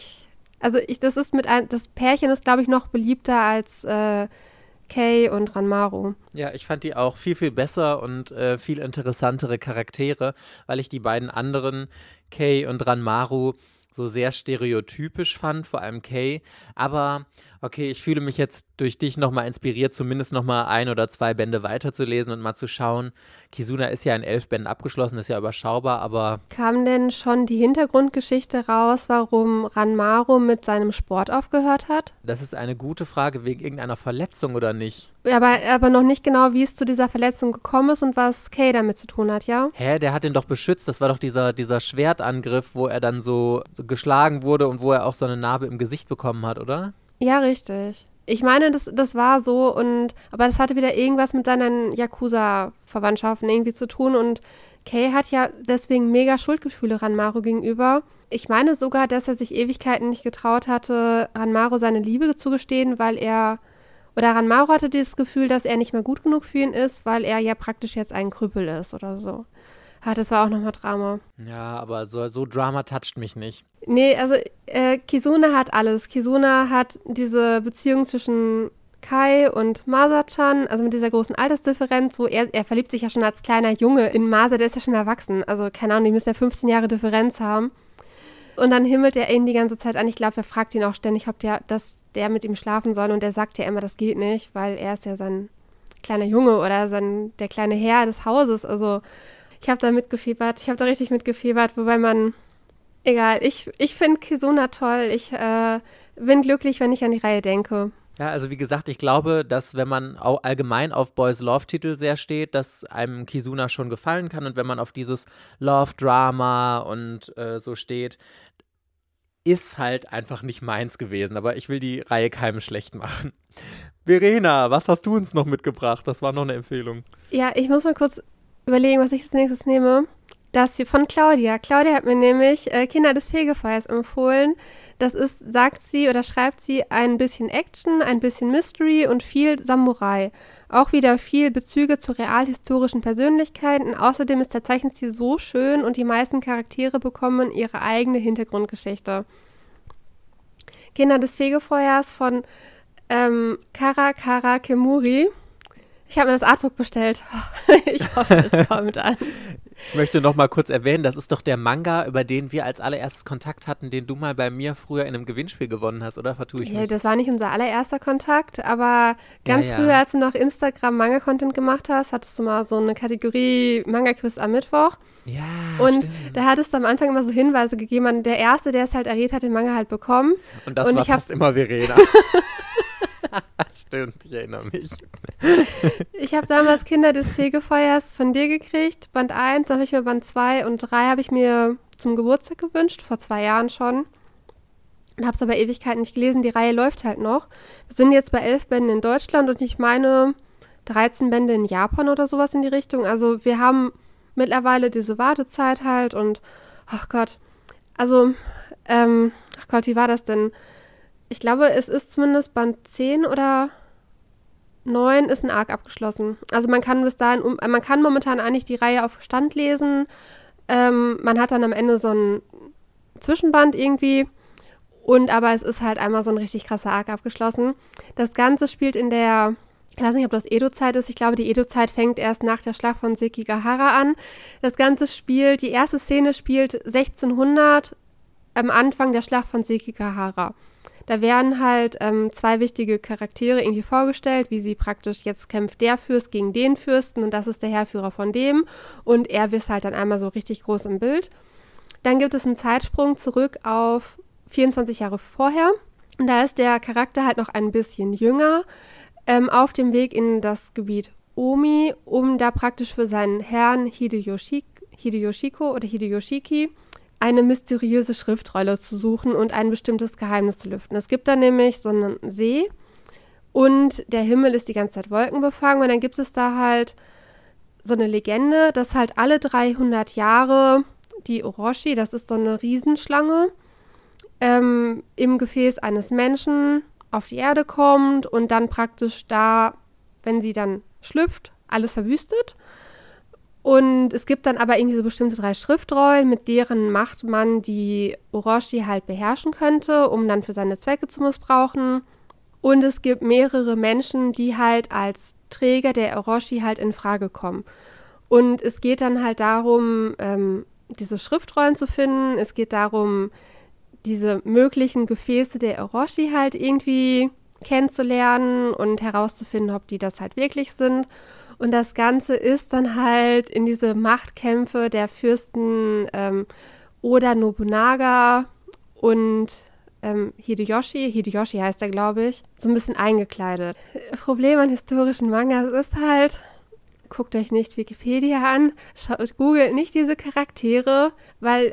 Das Pärchen ist, glaube ich, noch beliebter als Kay und Ranmaru. Ja, ich fand die auch viel, viel besser und viel interessantere Charaktere, weil ich die beiden anderen, Kay und Ranmaru, so sehr stereotypisch fand, vor allem Kay. Aber Okay, ich fühle mich jetzt durch dich nochmal inspiriert, zumindest nochmal 1 oder 2 Bände weiterzulesen und mal zu schauen. Kizuna ist ja in 11 Bänden abgeschlossen, ist ja überschaubar, aber Kam denn schon die Hintergrundgeschichte raus, warum Ranmaru mit seinem Sport aufgehört hat? das ist eine gute Frage, wegen irgendeiner Verletzung oder nicht? Ja, aber noch nicht genau, wie es zu dieser Verletzung gekommen ist und was Kay damit zu tun hat, ja? Hä, der hat den doch beschützt, das war doch dieser Schwertangriff, wo er dann so geschlagen wurde und wo er auch so eine Narbe im Gesicht bekommen hat, oder? Ja, richtig. Ich meine, das war so, aber das hatte wieder irgendwas mit seinen Yakuza-Verwandtschaften irgendwie zu tun und Kay hat ja deswegen mega Schuldgefühle Ranmaru gegenüber. Ich meine sogar, dass er sich Ewigkeiten nicht getraut hatte, Ranmaru seine Liebe zugestehen, oder Ranmaru hatte dieses Gefühl, dass er nicht mehr gut genug für ihn ist, weil er ja praktisch jetzt ein Krüppel ist oder so. Das war auch nochmal Drama. Ja, aber so Drama toucht mich nicht. Nee, also Kizuna hat alles. Kizuna hat diese Beziehung zwischen Kai und Masa-chan, also mit dieser großen Altersdifferenz, wo er verliebt sich ja schon als kleiner Junge in Masa, der ist ja schon erwachsen. Also keine Ahnung, die müssen ja 15 Jahre Differenz haben. Und dann himmelt er ihn die ganze Zeit an. Ich glaube, er fragt ihn auch ständig, ob der mit ihm schlafen soll. Und er sagt ja immer, das geht nicht, weil er ist ja sein kleiner Junge oder der kleine Herr des Hauses. Also ich habe da mitgefiebert. Ich habe da richtig mitgefiebert, wobei egal, ich finde Kizuna toll. Ich bin glücklich, wenn ich an die Reihe denke. Ja, also wie gesagt, ich glaube, dass wenn man auch allgemein auf Boys Love-Titel sehr steht, dass einem Kizuna schon gefallen kann und wenn man auf dieses Love-Drama und so steht, ist halt einfach nicht meins gewesen. Aber ich will die Reihe keinem schlecht machen. Verena, was hast du uns noch mitgebracht? Das war noch eine Empfehlung. Ja, ich muss mal kurz überlegen, was ich als nächstes nehme. Das hier von Claudia. Claudia hat mir nämlich Kinder des Fegefeuers empfohlen. Das ist, sagt sie oder schreibt sie, ein bisschen Action, ein bisschen Mystery und viel Samurai. Auch wieder viel Bezüge zu realhistorischen Persönlichkeiten. Außerdem ist der Zeichenstil so schön und die meisten Charaktere bekommen ihre eigene Hintergrundgeschichte. Kinder des Fegefeuers von Kara Kemuri. Ich habe mir das Artbook bestellt. Ich hoffe, es kommt an. Ich möchte noch mal kurz erwähnen, das ist doch der Manga, über den wir als allererstes Kontakt hatten, den du mal bei mir früher in einem Gewinnspiel gewonnen hast, oder? Vertue ich mich? Ja, das war nicht unser allererster Kontakt, aber ganz früher, als du noch Instagram-Manga-Content gemacht hast, hattest du mal so eine Kategorie Manga-Quiz am Mittwoch. Ja, und stimmt. da hattest du am Anfang immer so Hinweise gegeben. Der Erste, der es halt errät hat, den Manga halt bekommen. Und das war fast immer Verena. Stimmt, ich erinnere mich. Ich habe damals Kinder des Fegefeuers von dir gekriegt. Band 1, dann habe ich mir Band 2 und 3 habe ich mir zum Geburtstag gewünscht, vor 2 Jahren schon. Und habe es aber Ewigkeiten nicht gelesen. Die Reihe läuft halt noch. Wir sind jetzt bei 11 Bänden in Deutschland und ich meine 13 Bände in Japan oder sowas in die Richtung. Also wir haben mittlerweile diese Wartezeit halt und ach Gott, also, ach Gott, wie war das denn? Ich glaube, es ist zumindest Band 10 oder 9 ist ein Arc abgeschlossen. Also man kann man kann momentan eigentlich die Reihe auf Stand lesen. Man hat dann am Ende so ein Zwischenband irgendwie. Aber es ist halt einmal so ein richtig krasser Arc abgeschlossen. Das Ganze spielt ich weiß nicht, ob das Edo-Zeit ist. Ich glaube, die Edo-Zeit fängt erst nach der Schlacht von Sekigahara an. Die erste Szene spielt 1600 am Anfang der Schlacht von Sekigahara. Da werden halt 2 wichtige Charaktere irgendwie vorgestellt, wie sie praktisch, jetzt kämpft der Fürst gegen den Fürsten und das ist der Heerführer von dem und er ist halt dann einmal so richtig groß im Bild. Dann gibt es einen Zeitsprung zurück auf 24 Jahre vorher und da ist der Charakter halt noch ein bisschen jünger, auf dem Weg in das Gebiet Omi, um da praktisch für seinen Herrn Hideyoshiko oder Hideyoshiki eine mysteriöse Schriftrolle zu suchen und ein bestimmtes Geheimnis zu lüften. Es gibt da nämlich so einen See und der Himmel ist die ganze Zeit wolkenbefangen und dann gibt es da halt so eine Legende, dass halt alle 300 Jahre die Orochi, das ist so eine Riesenschlange, im Gefäß eines Menschen auf die Erde kommt und dann praktisch da, wenn sie dann schlüpft, alles verwüstet. Und es gibt dann aber irgendwie so bestimmte 3 Schriftrollen, mit deren Macht man die Orochi halt beherrschen könnte, um dann für seine Zwecke zu missbrauchen. Und es gibt mehrere Menschen, die halt als Träger der Orochi halt in Frage kommen. Und es geht dann halt darum, diese Schriftrollen zu finden. Es geht darum, diese möglichen Gefäße der Orochi halt irgendwie kennenzulernen und herauszufinden, ob die das halt wirklich sind. Und das Ganze ist dann halt in diese Machtkämpfe der Fürsten Oda Nobunaga und Hideyoshi heißt er, glaube ich, so ein bisschen eingekleidet. Problem an historischen Mangas ist halt, guckt euch nicht Wikipedia an, googelt nicht diese Charaktere, weil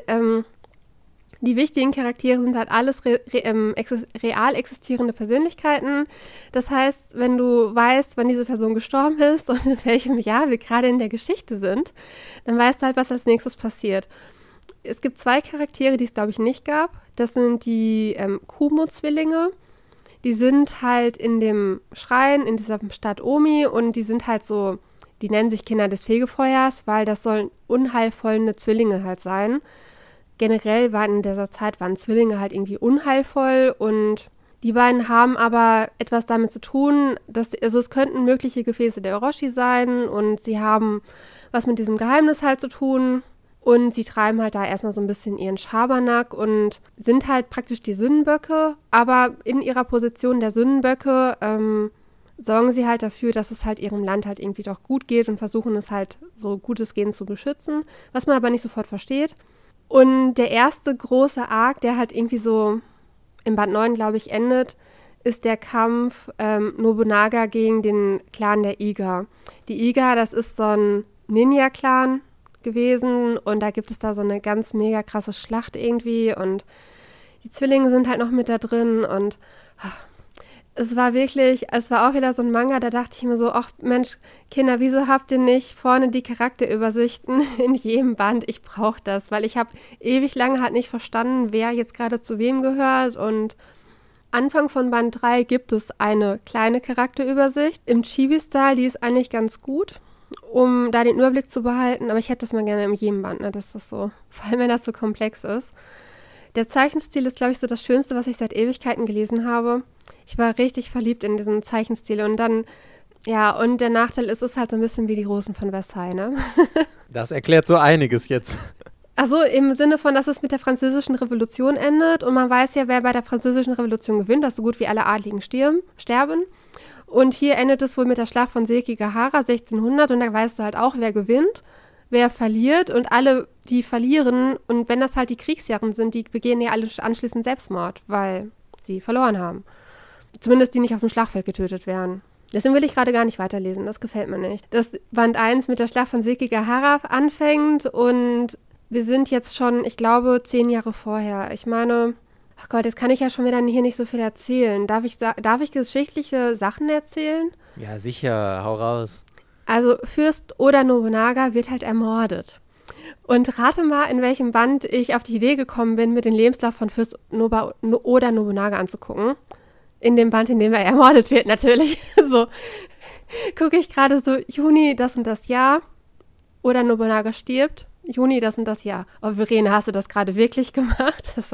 die wichtigen Charaktere sind halt alles real existierende Persönlichkeiten. Das heißt, wenn du weißt, wann diese Person gestorben ist und in welchem Jahr wir gerade in der Geschichte sind, dann weißt du halt, was als nächstes passiert. Es gibt 2 Charaktere, die es, glaube ich, nicht gab. Das sind die Kumo-Zwillinge. Die sind halt in dem Schrein in dieser Stadt Omi und die sind halt so, die nennen sich Kinder des Fegefeuers, weil das sollen unheilvolle Zwillinge halt sein. Generell waren in dieser Zeit Zwillinge halt irgendwie unheilvoll und die beiden haben aber etwas damit zu tun, also es könnten mögliche Gefäße der Orochi sein und sie haben was mit diesem Geheimnis halt zu tun. Und sie treiben halt da erstmal so ein bisschen ihren Schabernack und sind halt praktisch die Sündenböcke. Aber in ihrer Position der Sündenböcke sorgen sie halt dafür, dass es halt ihrem Land halt irgendwie doch gut geht und versuchen es halt so gut es geht zu beschützen, was man aber nicht sofort versteht. Und der erste große Arc, der halt irgendwie so im Band 9, glaube ich, endet, ist der Kampf Nobunaga gegen den Clan der Iga. Die Iga, das ist so ein Ninja-Clan gewesen und da gibt es da so eine ganz mega krasse Schlacht irgendwie und die Zwillinge sind halt noch mit da drin und es war auch wieder so ein Manga, da dachte ich mir so, ach Mensch, Kinder, wieso habt ihr nicht vorne die Charakterübersichten in jedem Band? Ich brauche das, weil ich habe ewig lange halt nicht verstanden, wer jetzt gerade zu wem gehört und Anfang von Band 3 gibt es eine kleine Charakterübersicht im Chibi-Style, die ist eigentlich ganz gut, um da den Überblick zu behalten, aber ich hätte das mal gerne in jedem Band, ne? Das ist so, vor allem wenn das so komplex ist. Der Zeichenstil ist, glaube ich, so das Schönste, was ich seit Ewigkeiten gelesen habe. Ich war richtig verliebt in diesen Zeichenstil und dann, ja, und der Nachteil ist, es ist halt so ein bisschen wie die Rosen von Versailles, ne? Das erklärt so einiges jetzt. Also im Sinne von, dass es mit der Französischen Revolution endet und man weiß ja, wer bei der Französischen Revolution gewinnt, dass so gut wie alle Adligen sterben. Und hier endet es wohl mit der Schlacht von Sekigahara 1600 und da weißt du halt auch, wer gewinnt, wer verliert und alle, die verlieren und wenn das halt die Kriegsherren sind, die begehen ja alle anschließend Selbstmord, weil sie verloren haben. Zumindest die nicht auf dem Schlachtfeld getötet werden. Deswegen will ich gerade gar nicht weiterlesen, das gefällt mir nicht. Dass Band 1 mit der Schlacht von Sekigahara anfängt und wir sind jetzt schon, ich glaube, 10 Jahre vorher. Ich meine, ach Gott, jetzt kann ich ja schon wieder hier nicht so viel erzählen. Darf ich geschichtliche Sachen erzählen? Ja, sicher, hau raus. Also Fürst Oda Nobunaga wird halt ermordet. Und rate mal, in welchem Band ich auf die Idee gekommen bin, mir den Lebenslauf von Fürst Oda Nobunaga anzugucken. In dem Band, in dem er ermordet wird, natürlich. So gucke ich gerade so, Juni, das und das Jahr. Oda Nobunaga stirbt. Juni, das und das Jahr. Oh, Verena, hast du das gerade wirklich gemacht? Das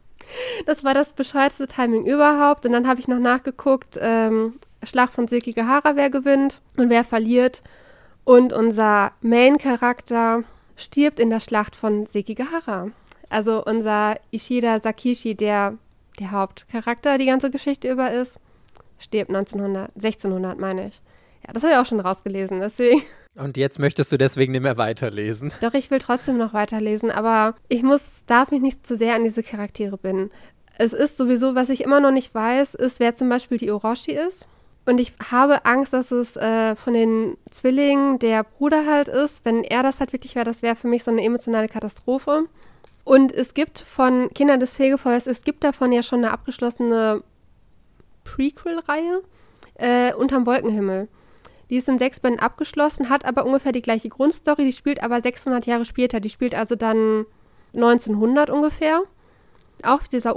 war das bescheuertste Timing überhaupt. Und dann habe ich noch nachgeguckt, Schlacht von Sekigahara, wer gewinnt und wer verliert. Und unser Main-Charakter stirbt in der Schlacht von Sekigahara. Also unser Ishida Sakishi, der Hauptcharakter die ganze Geschichte über ist, stirbt 1600, meine ich. Ja, das habe ich auch schon rausgelesen, deswegen. Und jetzt möchtest du deswegen nicht mehr weiterlesen? Doch, ich will trotzdem noch weiterlesen, aber darf mich nicht zu sehr an diese Charaktere binden. Es ist sowieso, was ich immer noch nicht weiß, ist, wer zum Beispiel die Orochi ist. Und ich habe Angst, dass es von den Zwillingen der Bruder halt ist. Wenn er das halt wirklich wäre, das wäre für mich so eine emotionale Katastrophe. Und es gibt von Kindern des Fegefeuers, es gibt davon ja schon eine abgeschlossene Prequel-Reihe unterm Wolkenhimmel. Die ist in 6 Bänden abgeschlossen, hat aber ungefähr die gleiche Grundstory, die spielt aber 600 Jahre später. Die spielt also dann 1900 ungefähr. Auch dieses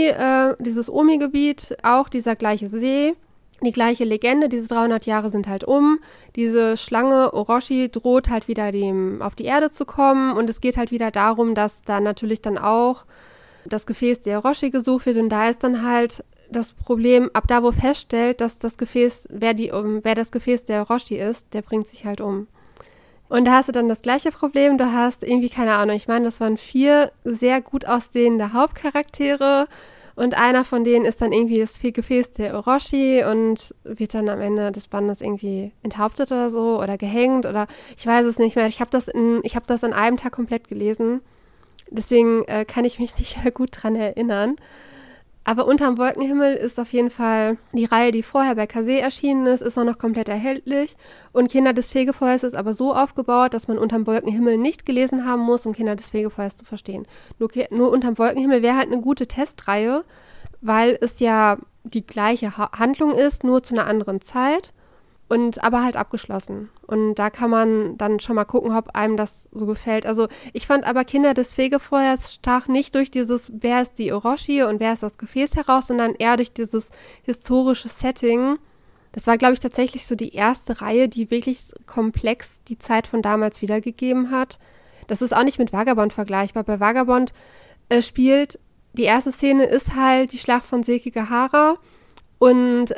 Omi-Gebiet, auch dieser gleiche See, die gleiche Legende, diese 300 Jahre sind halt um. Diese Schlange Orochi droht halt wieder auf die Erde zu kommen und es geht halt wieder darum, dass da natürlich dann auch das Gefäß der Orochi gesucht wird und da ist dann halt das Problem, ab da, wo feststellt, dass das Gefäß, wer das Gefäß der Orochi ist, der bringt sich halt um. Und da hast du dann das gleiche Problem, du hast irgendwie, keine Ahnung, ich meine, das waren 4 sehr gut aussehende Hauptcharaktere Und einer von denen ist dann irgendwie das Gefäß der Orochi und wird dann am Ende des Bandes irgendwie enthauptet oder so oder gehängt oder ich weiß es nicht mehr. Ich habe das an einem Tag komplett gelesen. Deswegen kann ich mich nicht mehr gut dran erinnern. Aber Unterm Wolkenhimmel ist auf jeden Fall die Reihe, die vorher bei Kase erschienen ist auch noch komplett erhältlich. Und Kinder des Fegefeuers ist aber so aufgebaut, dass man Unterm Wolkenhimmel nicht gelesen haben muss, um Kinder des Fegefeuers zu verstehen. Nur Unterm Wolkenhimmel wäre halt eine gute Testreihe, weil es ja die gleiche Handlung ist, nur zu einer anderen Zeit. Aber halt abgeschlossen. Und da kann man dann schon mal gucken, ob einem das so gefällt. Also ich fand aber Kinder des Fegefeuers stach nicht durch dieses, wer ist die Orochi und wer ist das Gefäß heraus, sondern eher durch dieses historische Setting. Das war, glaube ich, tatsächlich so die erste Reihe, die wirklich komplex die Zeit von damals wiedergegeben hat. Das ist auch nicht mit Vagabond vergleichbar. Bei Vagabond spielt, die erste Szene ist halt die Schlacht von Sekigahara und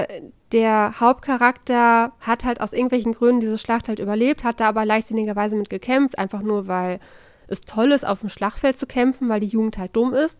der Hauptcharakter hat halt aus irgendwelchen Gründen diese Schlacht halt überlebt, hat da aber leichtsinnigerweise mit gekämpft, einfach nur, weil es toll ist, auf dem Schlachtfeld zu kämpfen, weil die Jugend halt dumm ist.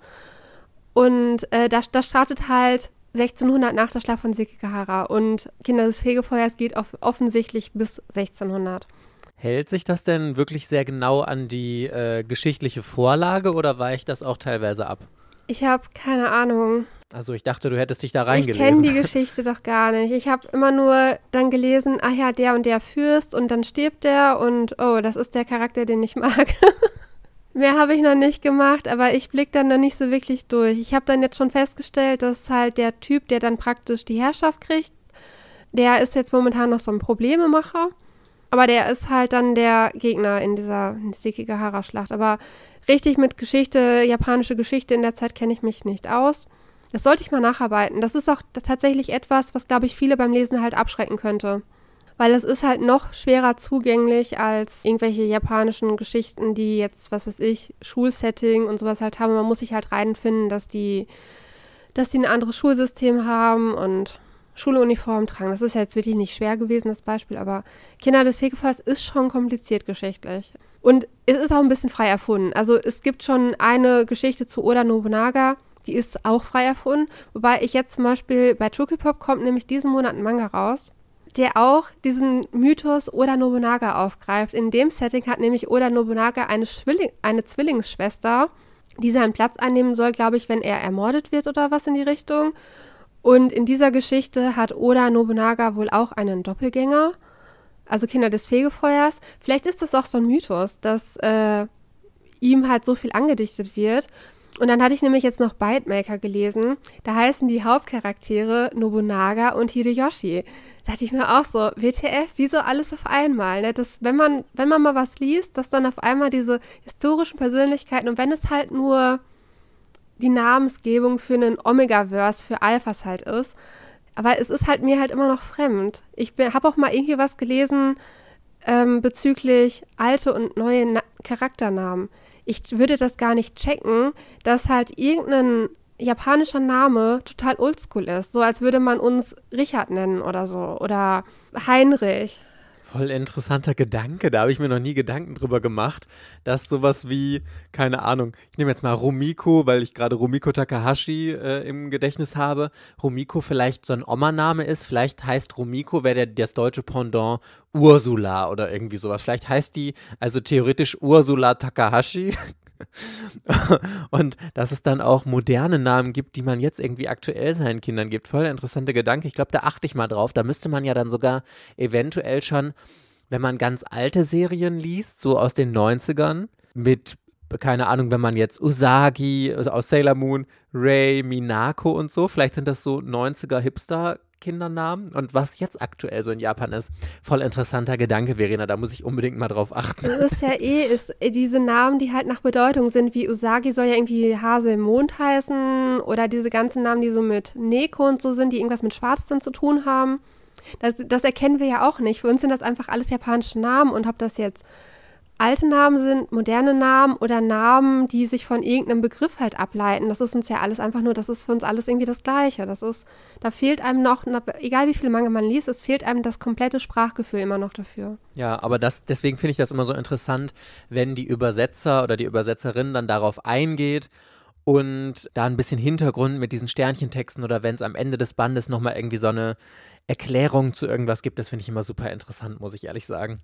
Und das startet halt 1600 nach der Schlacht von Sekigahara und Kinder des Fegefeuers geht offensichtlich bis 1600. Hält sich das denn wirklich sehr genau an die geschichtliche Vorlage oder weicht das auch teilweise ab? Ich habe keine Ahnung. Also ich dachte, du hättest dich da reingelesen. Ich kenne die Geschichte doch gar nicht. Ich habe immer nur dann gelesen, ach ja, der und der Fürst und dann stirbt der und oh, das ist der Charakter, den ich mag. Mehr habe ich noch nicht gemacht, aber ich blicke dann noch nicht so wirklich durch. Ich habe dann jetzt schon festgestellt, dass halt der Typ, der dann praktisch die Herrschaft kriegt, der ist jetzt momentan noch so ein Problememacher. Aber der ist halt dann der Gegner in dieser Sekigahara-Schlacht. Aber richtig mit Geschichte, japanische Geschichte in der Zeit kenne ich mich nicht aus. Das sollte ich mal nacharbeiten. Das ist auch tatsächlich etwas, was, glaube ich, viele beim Lesen halt abschrecken könnte. Weil es ist halt noch schwerer zugänglich als irgendwelche japanischen Geschichten, die jetzt, was weiß ich, Schulsetting und sowas halt haben. Man muss sich halt reinfinden, dass die ein anderes Schulsystem haben und Schuluniform tragen. Das ist ja jetzt wirklich nicht schwer gewesen, das Beispiel, aber Kinder des Fegefeuers ist schon kompliziert geschichtlich. Und es ist auch ein bisschen frei erfunden. Also es gibt schon eine Geschichte zu Oda Nobunaga, die ist auch frei erfunden. Wobei ich jetzt zum Beispiel, bei Tokyopop kommt nämlich diesen Monat ein Manga raus, der auch diesen Mythos Oda Nobunaga aufgreift. In dem Setting hat nämlich Oda Nobunaga eine Zwillingsschwester, die seinen Platz einnehmen soll, glaube ich, wenn er ermordet wird oder was in die Richtung. Und in dieser Geschichte hat Oda Nobunaga wohl auch einen Doppelgänger, also Kinder des Fegefeuers. Vielleicht ist das auch so ein Mythos, dass ihm halt so viel angedichtet wird. Und dann hatte ich nämlich jetzt noch Bytemaker gelesen. Da heißen die Hauptcharaktere Nobunaga und Hideyoshi. Da dachte ich mir auch so, WTF, wieso alles auf einmal? Ne? Das, wenn man mal was liest, dass dann auf einmal diese historischen Persönlichkeiten und wenn es halt nur die Namensgebung für einen Omegaverse, für Alphas halt ist. Aber es ist halt mir halt immer noch fremd. Ich habe auch mal irgendwie was gelesen bezüglich alte und neue Charakternamen. Ich würde das gar nicht checken, dass halt irgendein japanischer Name total oldschool ist. So als würde man uns Richard nennen oder so. Oder Heinrich. Voll interessanter Gedanke, da habe ich mir noch nie Gedanken drüber gemacht, dass sowas wie, keine Ahnung, ich nehme jetzt mal Rumiko, weil ich gerade Rumiko Takahashi im Gedächtnis habe, Rumiko vielleicht so ein Oma-Name ist, vielleicht heißt Rumiko, wäre das deutsche Pendant Ursula oder irgendwie sowas, vielleicht heißt die also theoretisch Ursula Takahashi. Und dass es dann auch moderne Namen gibt, die man jetzt irgendwie aktuell seinen Kindern gibt. Voll interessante Gedanke. Ich glaube, da achte ich mal drauf. Da müsste man ja dann sogar eventuell schon, wenn man ganz alte Serien liest, so aus den 90ern, mit, keine Ahnung, wenn man jetzt Usagi, also aus Sailor Moon, Rei, Minako und so, vielleicht sind das so 90er Hipster-Kindernamen und was jetzt aktuell so in Japan ist. Voll interessanter Gedanke, Verena, da muss ich unbedingt mal drauf achten. Das ist ja diese Namen, die halt nach Bedeutung sind, wie Usagi soll ja irgendwie Hase im Mond heißen oder diese ganzen Namen, die so mit Neko und so sind, die irgendwas mit Schwarz dann zu tun haben. Das erkennen wir ja auch nicht. Für uns sind das einfach alles japanische Namen und ob das jetzt alte Namen sind, moderne Namen oder Namen, die sich von irgendeinem Begriff halt ableiten. Das ist uns ja alles einfach nur, das ist für uns alles irgendwie das Gleiche. Da fehlt einem noch, egal wie viele Manga man liest, es fehlt einem das komplette Sprachgefühl immer noch dafür. Ja, aber deswegen finde ich das immer so interessant, wenn die Übersetzer oder die Übersetzerin dann darauf eingeht und da ein bisschen Hintergrund mit diesen Sternchentexten oder wenn es am Ende des Bandes nochmal irgendwie so eine Erklärung zu irgendwas gibt, das finde ich immer super interessant, muss ich ehrlich sagen.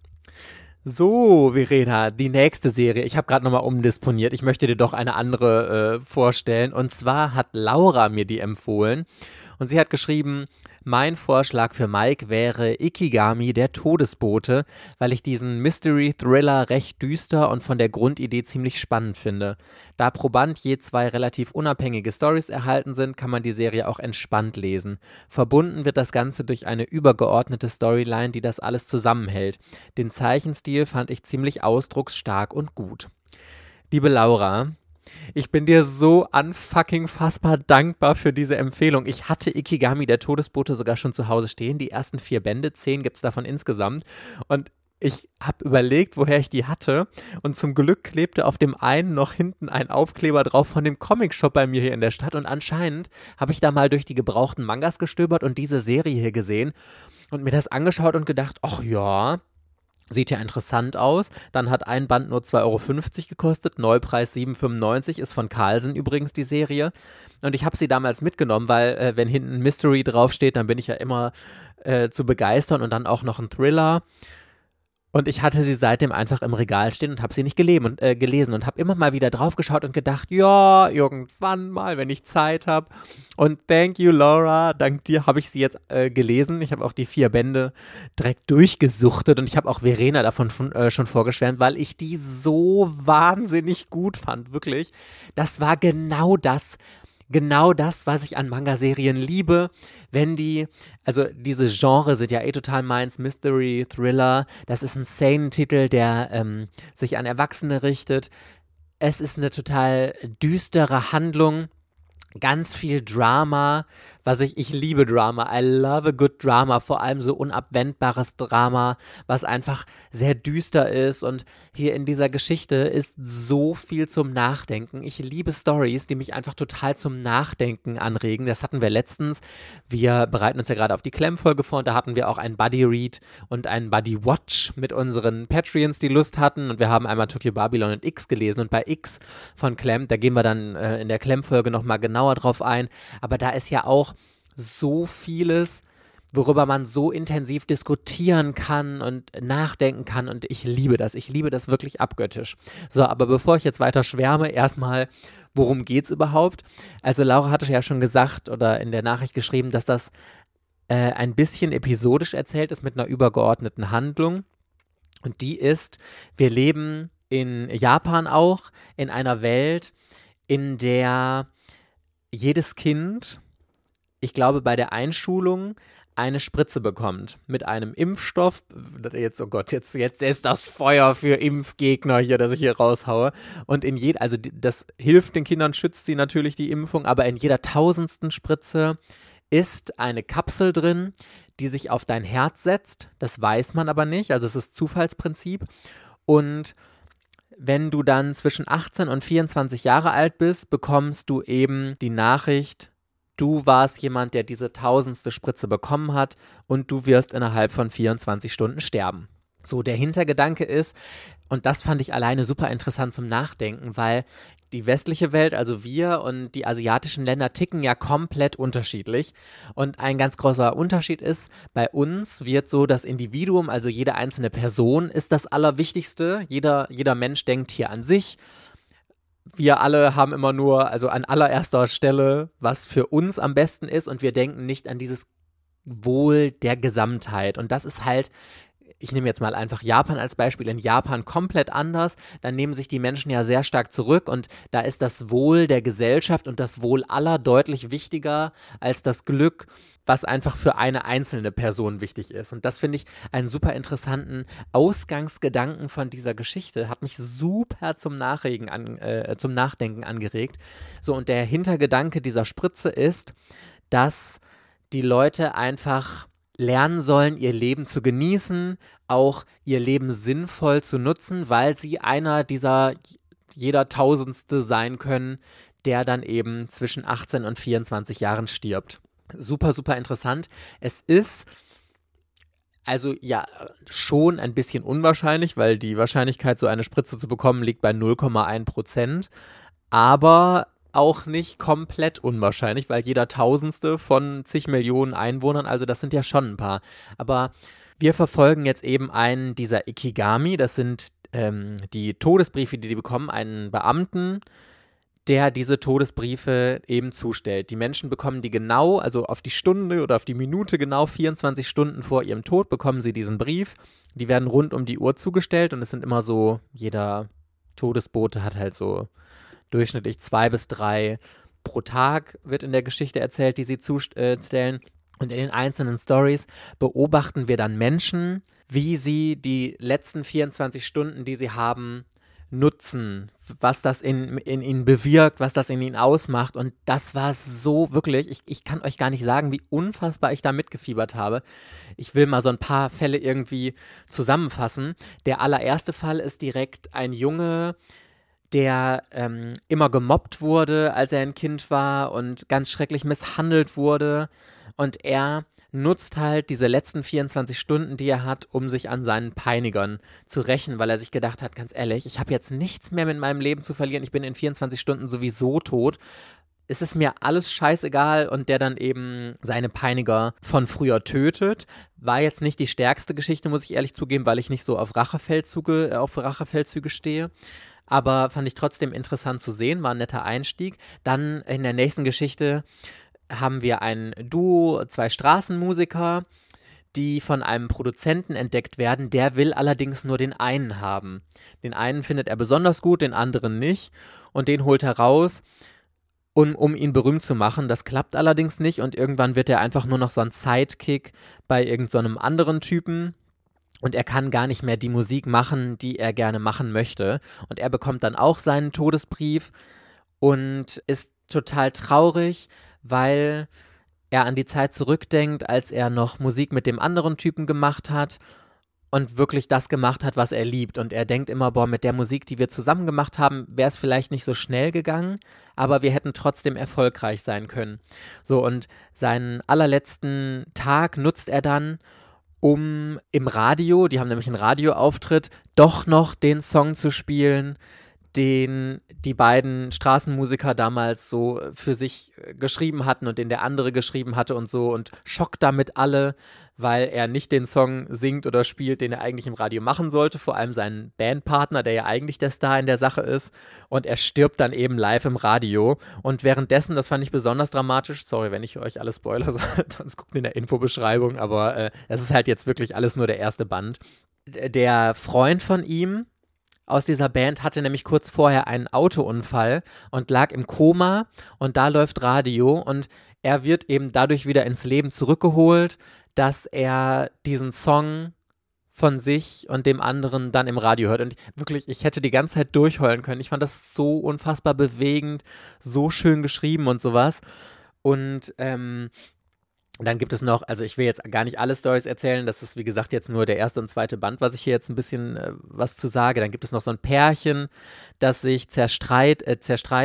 So, Verena, die nächste Serie. Ich habe gerade nochmal umdisponiert. Ich möchte dir doch eine andere vorstellen. Und zwar hat Laura mir die empfohlen. Und sie hat geschrieben, mein Vorschlag für Mike wäre Ikigami, der Todesbote, weil ich diesen Mystery-Thriller recht düster und von der Grundidee ziemlich spannend finde. Da pro Band je 2 relativ unabhängige Storys erhalten sind, kann man die Serie auch entspannt lesen. Verbunden wird das Ganze durch eine übergeordnete Storyline, die das alles zusammenhält. Den Zeichenstil fand ich ziemlich ausdrucksstark und gut. Liebe Laura, ich bin dir so unfucking fassbar dankbar für diese Empfehlung. Ich hatte Ikigami, der Todesbote, sogar schon zu Hause stehen. Die ersten 4 Bände, 10 gibt es davon insgesamt. Und ich habe überlegt, woher ich die hatte. Und zum Glück klebte auf dem einen noch hinten ein Aufkleber drauf von dem Comicshop bei mir hier in der Stadt. Und anscheinend habe ich da mal durch die gebrauchten Mangas gestöbert und diese Serie hier gesehen und mir das angeschaut und gedacht, ach ja, sieht ja interessant aus. Dann hat ein Band nur 2,50 Euro gekostet, Neupreis 7,95, ist von Carlsen übrigens die Serie. Und ich habe sie damals mitgenommen, weil wenn hinten Mystery draufsteht, dann bin ich ja immer zu begeistern und dann auch noch ein Thriller. Und ich hatte sie seitdem einfach im Regal stehen und habe sie nicht gelesen und habe immer mal wieder draufgeschaut und gedacht, ja, irgendwann mal, wenn ich Zeit habe. Und thank you, Laura, dank dir habe ich sie jetzt gelesen. Ich habe auch die 4 Bände direkt durchgesuchtet und ich habe auch Verena davon schon vorgeschwärmt, weil ich die so wahnsinnig gut fand, wirklich. Das war genau das, was ich an Manga-Serien liebe, wenn also diese Genre sind ja total meins, Mystery, Thriller, das ist ein Seinen-Titel, der sich an Erwachsene richtet. Es ist eine total düstere Handlung, ganz viel Drama, ich liebe Drama, I love a good Drama, vor allem so unabwendbares Drama, was einfach sehr düster ist und hier in dieser Geschichte ist so viel zum Nachdenken. Ich liebe Storys, die mich einfach total zum Nachdenken anregen. Das hatten wir letztens. Wir bereiten uns ja gerade auf die Clem-Folge vor und da hatten wir auch einen Buddy-Read und einen Buddy-Watch mit unseren Patreons, die Lust hatten und wir haben einmal Tokyo Babylon und X gelesen und bei X von Clem, da gehen wir dann in der Clem-Folge nochmal genauer drauf ein, aber da ist ja auch so vieles, worüber man so intensiv diskutieren kann und nachdenken kann und ich liebe das wirklich abgöttisch. So, aber bevor ich jetzt weiter schwärme, erstmal, worum geht's überhaupt? Also Laura hatte ja schon gesagt oder in der Nachricht geschrieben, dass das ein bisschen episodisch erzählt ist mit einer übergeordneten Handlung und die ist, wir leben in Japan auch, in einer Welt, in der jedes Kind, ich glaube, bei der Einschulung eine Spritze bekommt mit einem Impfstoff. Jetzt, oh Gott, jetzt ist das Feuer für Impfgegner hier, das ich hier raushaue. Und das hilft den Kindern, schützt sie natürlich die Impfung, aber in jeder 1000. Spritze ist eine Kapsel drin, die sich auf dein Herz setzt. Das weiß man aber nicht, also es ist Zufallsprinzip. Und wenn du dann zwischen 18 und 24 Jahre alt bist, bekommst du eben die Nachricht, du warst jemand, der diese 1000. Spritze bekommen hat und du wirst innerhalb von 24 Stunden sterben. So, der Hintergedanke ist, und das fand ich alleine super interessant zum Nachdenken, weil die westliche Welt, also wir und die asiatischen Länder ticken ja komplett unterschiedlich. Und ein ganz großer Unterschied ist, bei uns wird so das Individuum, also jede einzelne Person ist das Allerwichtigste. Jeder Mensch denkt hier an sich. Wir alle haben immer nur, also an allererster Stelle, was für uns am besten ist und wir denken nicht an dieses Wohl der Gesamtheit. Und das ist halt, ich nehme jetzt mal einfach Japan als Beispiel, in Japan komplett anders, dann nehmen sich die Menschen ja sehr stark zurück und da ist das Wohl der Gesellschaft und das Wohl aller deutlich wichtiger als das Glück, was einfach für eine einzelne Person wichtig ist. Und das finde ich einen super interessanten Ausgangsgedanken von dieser Geschichte, hat mich super zum Nachdenken angeregt. So, und der Hintergedanke dieser Spritze ist, dass die Leute einfach lernen sollen, ihr Leben zu genießen, auch ihr Leben sinnvoll zu nutzen, weil sie einer dieser jeder Tausendste sein können, der dann eben zwischen 18 und 24 Jahren stirbt. Super, super interessant. Es ist also ja schon ein bisschen unwahrscheinlich, weil die Wahrscheinlichkeit, so eine Spritze zu bekommen, liegt bei 0,1%. Aber auch nicht komplett unwahrscheinlich, weil jeder Tausendste von zig Millionen Einwohnern, also das sind ja schon ein paar. Aber wir verfolgen jetzt eben einen dieser Ikigami, das sind die Todesbriefe, die bekommen, einen Beamten, der diese Todesbriefe eben zustellt. Die Menschen bekommen die genau, also auf die Stunde oder auf die Minute genau 24 Stunden vor ihrem Tod bekommen sie diesen Brief. Die werden rund um die Uhr zugestellt und es sind immer so, jeder Todesbote hat halt so durchschnittlich 2 bis 3 pro Tag, wird in der Geschichte erzählt, die sie zustellen. Und in den einzelnen Stories beobachten wir dann Menschen, wie sie die letzten 24 Stunden, die sie haben, nutzen, was das in ihnen bewirkt, was das in ihnen ausmacht. Und das war so wirklich, ich kann euch gar nicht sagen, wie unfassbar ich da mitgefiebert habe. Ich will mal so ein paar Fälle irgendwie zusammenfassen. Der allererste Fall ist direkt ein Junge, der immer gemobbt wurde, als er ein Kind war und ganz schrecklich misshandelt wurde. Und er nutzt halt diese letzten 24 Stunden, die er hat, um sich an seinen Peinigern zu rächen, weil er sich gedacht hat, ganz ehrlich, ich habe jetzt nichts mehr mit meinem Leben zu verlieren, ich bin in 24 Stunden sowieso tot. Es ist mir alles scheißegal und der dann eben seine Peiniger von früher tötet. War jetzt nicht die stärkste Geschichte, muss ich ehrlich zugeben, weil ich nicht so auf Rachefeldzüge stehe. Aber fand ich trotzdem interessant zu sehen, war ein netter Einstieg. Dann in der nächsten Geschichte haben wir ein Duo, 2 Straßenmusiker, die von einem Produzenten entdeckt werden. Der will allerdings nur den einen haben. Den einen findet er besonders gut, den anderen nicht. Und den holt er raus, um ihn berühmt zu machen. Das klappt allerdings nicht und irgendwann wird er einfach nur noch so ein Sidekick bei irgendeinem anderen Typen. Und er kann gar nicht mehr die Musik machen, die er gerne machen möchte. Und er bekommt dann auch seinen Todesbrief und ist total traurig, weil er an die Zeit zurückdenkt, als er noch Musik mit dem anderen Typen gemacht hat und wirklich das gemacht hat, was er liebt. Und er denkt immer, boah, mit der Musik, die wir zusammen gemacht haben, wäre es vielleicht nicht so schnell gegangen, aber wir hätten trotzdem erfolgreich sein können. So, und seinen allerletzten Tag nutzt er dann, um im Radio, die haben nämlich einen Radioauftritt, doch noch den Song zu spielen, den die beiden Straßenmusiker damals so für sich geschrieben hatten und den der andere geschrieben hatte und so und schockt damit alle, weil er nicht den Song singt oder spielt, den er eigentlich im Radio machen sollte, vor allem seinen Bandpartner, der ja eigentlich der Star in der Sache ist, und er stirbt dann eben live im Radio und währenddessen, das fand ich besonders dramatisch, sorry, wenn ich euch alles spoilere, sonst guckt in der Infobeschreibung, aber das ist halt jetzt wirklich alles nur der erste Band. Der Freund von ihm aus dieser Band hatte nämlich kurz vorher einen Autounfall und lag im Koma und da läuft Radio und er wird eben dadurch wieder ins Leben zurückgeholt, dass er diesen Song von sich und dem anderen dann im Radio hört. Und wirklich, ich hätte die ganze Zeit durchheulen können. Ich fand das so unfassbar bewegend, so schön geschrieben und sowas. Und dann gibt es noch, also ich will jetzt gar nicht alle Storys erzählen, das ist wie gesagt jetzt nur der erste und zweite Band, was ich hier jetzt ein bisschen was zu sage. Dann gibt es noch so ein Pärchen, das sich zerstreitet?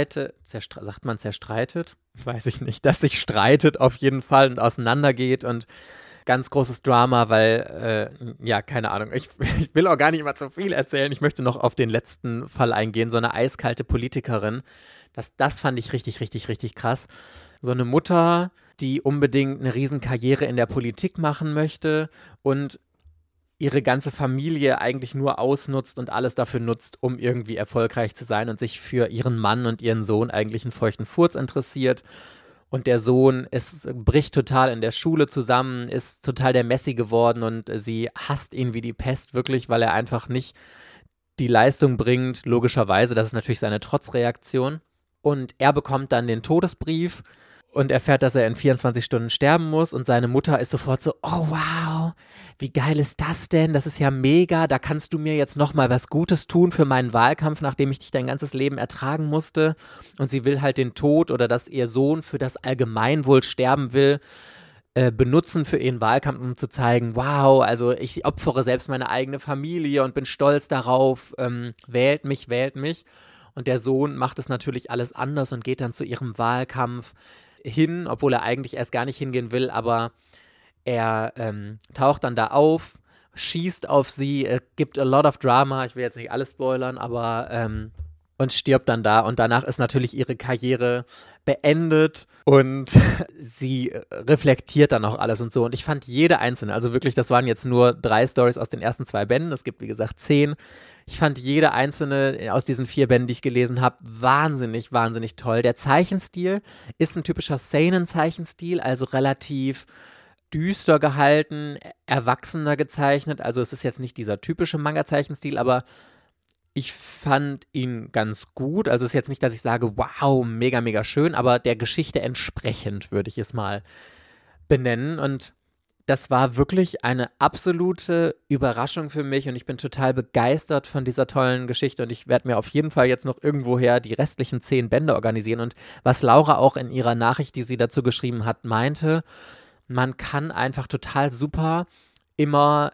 Weiß ich nicht, das sich streitet auf jeden Fall und auseinandergeht und ganz großes Drama, weil, ja, keine Ahnung, ich will auch gar nicht immer zu viel erzählen, ich möchte noch auf den letzten Fall eingehen, so eine eiskalte Politikerin, das fand ich richtig, richtig, richtig krass. So eine Mutter, die unbedingt eine Riesenkarriere in der Politik machen möchte und ihre ganze Familie eigentlich nur ausnutzt und alles dafür nutzt, um irgendwie erfolgreich zu sein und sich für ihren Mann und ihren Sohn eigentlich einen feuchten Furz interessiert. Und der Sohn bricht total in der Schule zusammen, ist total der Messi geworden und sie hasst ihn wie die Pest wirklich, weil er einfach nicht die Leistung bringt, logischerweise. Das ist natürlich seine Trotzreaktion. Und er bekommt dann den Todesbrief und erfährt, dass er in 24 Stunden sterben muss und seine Mutter ist sofort so, oh wow, wie geil ist das denn? Das ist ja mega, da kannst du mir jetzt nochmal was Gutes tun für meinen Wahlkampf, nachdem ich dich dein ganzes Leben ertragen musste. Und sie will halt den Tod oder dass ihr Sohn für das Allgemeinwohl sterben will, benutzen für ihren Wahlkampf, um zu zeigen, wow, also ich opfere selbst meine eigene Familie und bin stolz darauf, wählt mich. Und der Sohn macht es natürlich alles anders und geht dann zu ihrem Wahlkampf hin, obwohl er eigentlich erst gar nicht hingehen will, aber er taucht dann da auf, schießt auf sie, gibt a lot of drama, ich will jetzt nicht alles spoilern, aber und stirbt dann da. Und danach ist natürlich ihre Karriere beendet und sie reflektiert dann auch alles und so. Und ich fand jede einzelne, also wirklich, das waren jetzt nur 3 Storys aus den ersten 2 Bänden. Es gibt, wie gesagt, 10. Ich fand jede einzelne aus diesen 4 Bänden, die ich gelesen habe, wahnsinnig, wahnsinnig toll. Der Zeichenstil ist ein typischer Seinen-Zeichenstil, also relativ düster gehalten, erwachsener gezeichnet. Also es ist jetzt nicht dieser typische Manga-Zeichenstil, aber ich fand ihn ganz gut. Also es ist jetzt nicht, dass ich sage, wow, mega, mega schön, aber der Geschichte entsprechend würde ich es mal benennen. Und das war wirklich eine absolute Überraschung für mich und ich bin total begeistert von dieser tollen Geschichte und ich werde mir auf jeden Fall jetzt noch irgendwoher die restlichen 10 Bände organisieren. Und was Laura auch in ihrer Nachricht, die sie dazu geschrieben hat, meinte, man kann einfach total super immer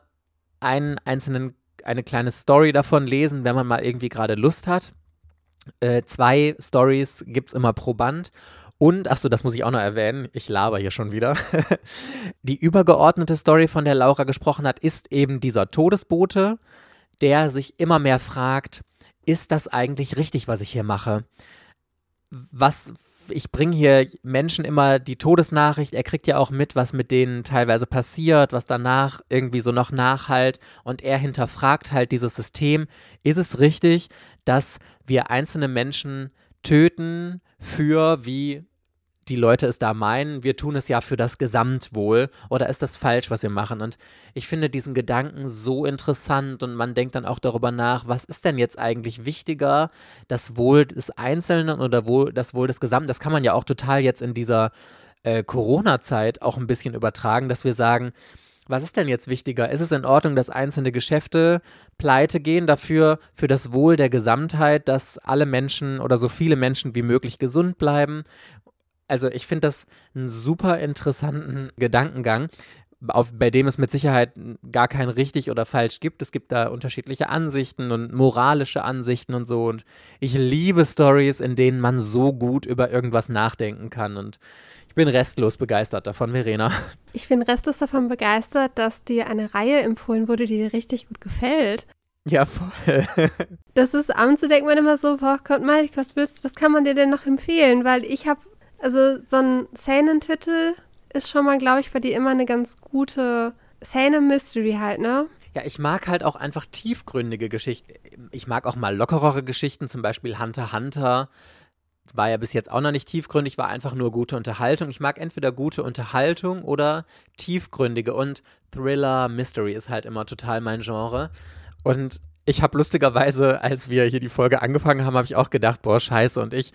eine kleine Story davon lesen, wenn man mal irgendwie gerade Lust hat. 2 Stories gibt es immer pro Band. Und, achso, das muss ich auch noch erwähnen, ich laber hier schon wieder. Die übergeordnete Story, von der Laura gesprochen hat, ist eben dieser Todesbote, der sich immer mehr fragt, ist das eigentlich richtig, was ich hier mache? Ich bringe hier Menschen immer die Todesnachricht, er kriegt ja auch mit, was mit denen teilweise passiert, was danach irgendwie so noch nachhallt und er hinterfragt halt dieses System. Ist es richtig, dass wir einzelne Menschen töten für, wie die Leute es da meinen, wir tun es ja für das Gesamtwohl oder ist das falsch, was wir machen? Und ich finde diesen Gedanken so interessant und man denkt dann auch darüber nach, was ist denn jetzt eigentlich wichtiger, das Wohl des Einzelnen oder das Wohl des Gesamten? Das kann man ja auch total jetzt in dieser Corona-Zeit auch ein bisschen übertragen, dass wir sagen, was ist denn jetzt wichtiger? Ist es in Ordnung, dass einzelne Geschäfte pleite gehen, dafür für das Wohl der Gesamtheit, dass alle Menschen oder so viele Menschen wie möglich gesund bleiben? Also ich finde das einen super interessanten Gedankengang, bei dem es mit Sicherheit gar kein richtig oder falsch gibt. Es gibt da unterschiedliche Ansichten und moralische Ansichten und so. Und ich liebe Storys, in denen man so gut über irgendwas nachdenken kann. Und ich bin restlos begeistert davon, Verena. Ich bin restlos davon begeistert, dass dir eine Reihe empfohlen wurde, die dir richtig gut gefällt. Ja, voll. Das ist abends, so denkt man immer so, boah Gott, Mike, was kann man dir denn noch empfehlen? Weil also so ein Seinen-Titel ist schon mal, glaube ich, bei dir immer eine ganz gute Seinen-Mystery halt, ne? Ja, ich mag halt auch einfach tiefgründige Geschichten. Ich mag auch mal lockerere Geschichten, zum Beispiel Hunter x Hunter. War ja bis jetzt auch noch nicht tiefgründig, war einfach nur gute Unterhaltung. Ich mag entweder gute Unterhaltung oder tiefgründige und Thriller, Mystery ist halt immer total mein Genre. Und ich habe lustigerweise, als wir hier die Folge angefangen haben, habe ich auch gedacht, boah, scheiße, und ich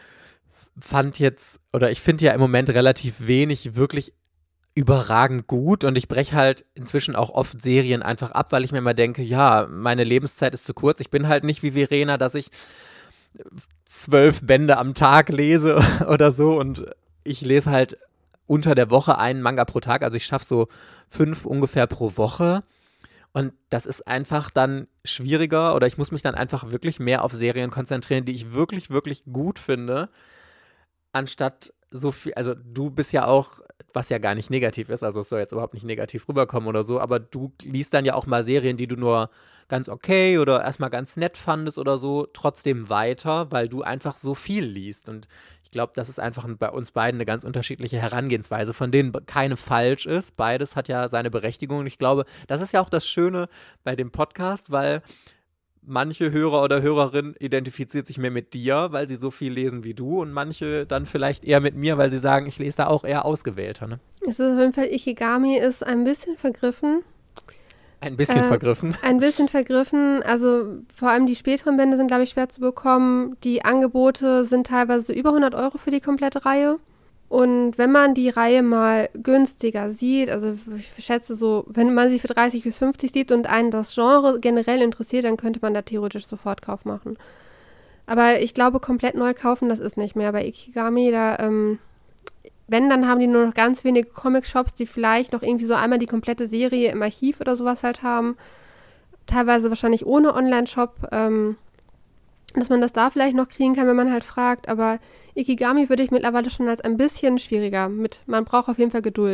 finde ja im Moment relativ wenig wirklich überragend gut und ich breche halt inzwischen auch oft Serien einfach ab, weil ich mir immer denke, ja, meine Lebenszeit ist zu kurz. Ich bin halt nicht wie Verena, dass ich 12 Bände am Tag lese oder so und ich lese halt unter der Woche einen Manga pro Tag, also ich schaffe so 5 ungefähr pro Woche. Und das ist einfach dann schwieriger oder ich muss mich dann einfach wirklich mehr auf Serien konzentrieren, die ich wirklich, wirklich gut finde, anstatt so viel, also du bist ja auch, was ja gar nicht negativ ist, also es soll jetzt überhaupt nicht negativ rüberkommen oder so, aber du liest dann ja auch mal Serien, die du nur ganz okay oder erstmal ganz nett fandest oder so, trotzdem weiter, weil du einfach so viel liest und ich glaube, das ist einfach bei uns beiden eine ganz unterschiedliche Herangehensweise, von denen keine falsch ist, beides hat ja seine Berechtigung und ich glaube, das ist ja auch das Schöne bei dem Podcast, weil manche Hörer oder Hörerin identifiziert sich mehr mit dir, weil sie so viel lesen wie du und manche dann vielleicht eher mit mir, weil sie sagen, ich lese da auch eher ausgewählter. Ne? Es ist auf jeden Fall, Ikigami ist ein bisschen vergriffen. Ein bisschen vergriffen? Ein bisschen vergriffen. Also vor allem die späteren Bände sind, glaube ich, schwer zu bekommen. Die Angebote sind teilweise über 100 € für die komplette Reihe. Und wenn man die Reihe mal günstiger sieht, also ich schätze so, wenn man sie für 30 bis 50 sieht und einen das Genre generell interessiert, dann könnte man da theoretisch sofort Kauf machen. Aber ich glaube, komplett neu kaufen, das ist nicht mehr. Bei Ikigami, wenn, dann haben die nur noch ganz wenige Comic-Shops, die vielleicht noch irgendwie so einmal die komplette Serie im Archiv oder sowas halt haben. Teilweise wahrscheinlich ohne Online-Shop, dass man das da vielleicht noch kriegen kann, wenn man halt fragt. Aber Ikigami würde ich mittlerweile schon als ein bisschen schwieriger man braucht auf jeden Fall Geduld.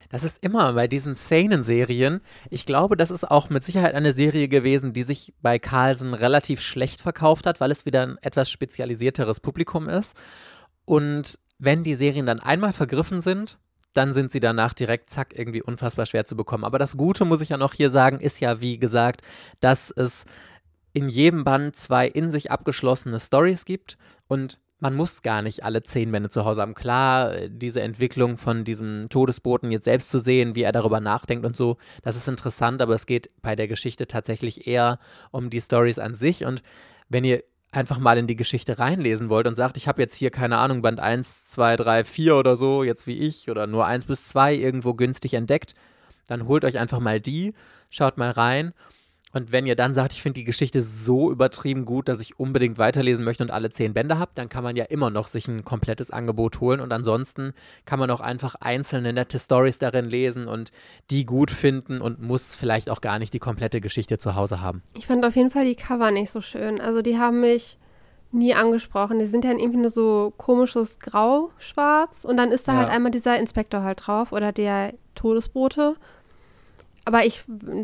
Das ist immer bei diesen Seinen-Serien. Ich glaube, das ist auch mit Sicherheit eine Serie gewesen, die sich bei Carlsen relativ schlecht verkauft hat, weil es wieder ein etwas spezialisierteres Publikum ist. Und wenn die Serien dann einmal vergriffen sind, dann sind sie danach direkt, zack, irgendwie unfassbar schwer zu bekommen. Aber das Gute, muss ich ja noch hier sagen, ist ja, wie gesagt, dass es in jedem Band 2 in sich abgeschlossene Storys gibt und man muss gar nicht alle 10 Bände zu Hause haben. Klar, diese Entwicklung von diesem Todesboten jetzt selbst zu sehen, wie er darüber nachdenkt und so, das ist interessant, aber es geht bei der Geschichte tatsächlich eher um die Storys an sich. Und wenn ihr einfach mal in die Geschichte reinlesen wollt und sagt, ich habe jetzt hier, keine Ahnung, Band 1, 2, 3, 4 oder so, jetzt wie ich, oder nur 1 bis 2 irgendwo günstig entdeckt, dann holt euch einfach mal die, schaut mal rein. Und wenn ihr dann sagt, ich finde die Geschichte so übertrieben gut, dass ich unbedingt weiterlesen möchte und alle 10 Bände habe, dann kann man ja immer noch sich ein komplettes Angebot holen. Und ansonsten kann man auch einfach einzelne nette Storys darin lesen und die gut finden und muss vielleicht auch gar nicht die komplette Geschichte zu Hause haben. Ich fand auf jeden Fall die Cover nicht so schön. Also die haben mich nie angesprochen. Die sind ja irgendwie nur so komisches Grau-Schwarz und dann ist da halt einmal dieser Inspektor halt drauf oder der Todesbote. Aber ich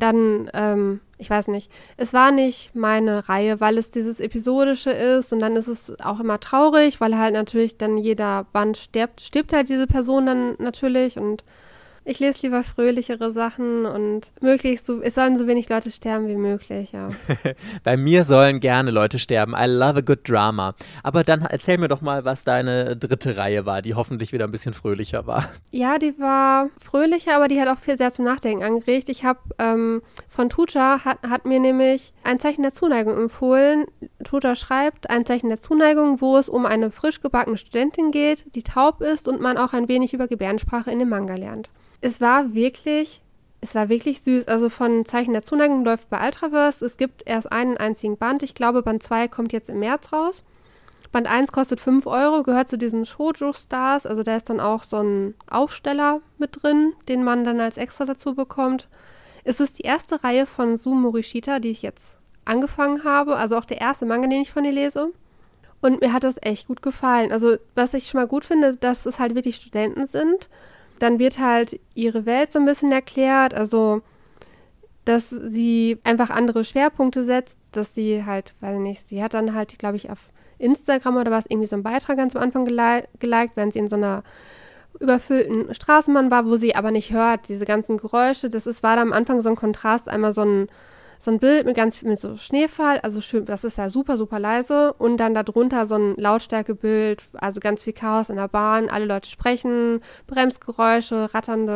weiß nicht, es war nicht meine Reihe, weil es dieses Episodische ist und dann ist es auch immer traurig, weil halt natürlich dann jeder Band stirbt halt diese Person dann natürlich und ich lese lieber fröhlichere Sachen und möglichst es sollen so wenig Leute sterben wie möglich, ja. Bei mir sollen gerne Leute sterben. I love a good drama. Aber dann erzähl mir doch mal, was deine dritte Reihe war, die hoffentlich wieder ein bisschen fröhlicher war. Ja, die war fröhlicher, aber die hat auch viel sehr zum Nachdenken angeregt. Ich habe von Tuca hat mir nämlich ein Zeichen der Zuneigung empfohlen. Tuca schreibt ein Zeichen der Zuneigung, wo es um eine frisch gebackene Studentin geht, die taub ist und man auch ein wenig über Gebärdensprache in dem Manga lernt. Es war wirklich süß. Also von Zeichen der Zuneigung läuft bei Ultraverse. Es gibt erst einen einzigen Band. Ich glaube, Band 2 kommt jetzt im März raus. Band 1 kostet 5 €, gehört zu diesen Shoujo-Stars. Also da ist dann auch so ein Aufsteller mit drin, den man dann als extra dazu bekommt. Es ist die erste Reihe von Sue Morishita, die ich jetzt angefangen habe. Also auch der erste Manga, den ich von ihr lese. Und mir hat das echt gut gefallen. Also was ich schon mal gut finde, dass es halt wirklich Studenten sind. Dann wird halt ihre Welt so ein bisschen erklärt, also dass sie einfach andere Schwerpunkte setzt, dass sie halt, weiß ich nicht, sie hat dann halt, glaube ich, auf Instagram oder was, irgendwie so einen Beitrag ganz am Anfang geliked, während sie in so einer überfüllten Straßenbahn war, wo sie aber nicht hört, diese ganzen Geräusche, war da am Anfang so ein Kontrast, einmal so ein Bild mit so Schneefall, also schön, das ist ja super, super leise und dann darunter so ein Lautstärkebild, also ganz viel Chaos in der Bahn, alle Leute sprechen, Bremsgeräusche,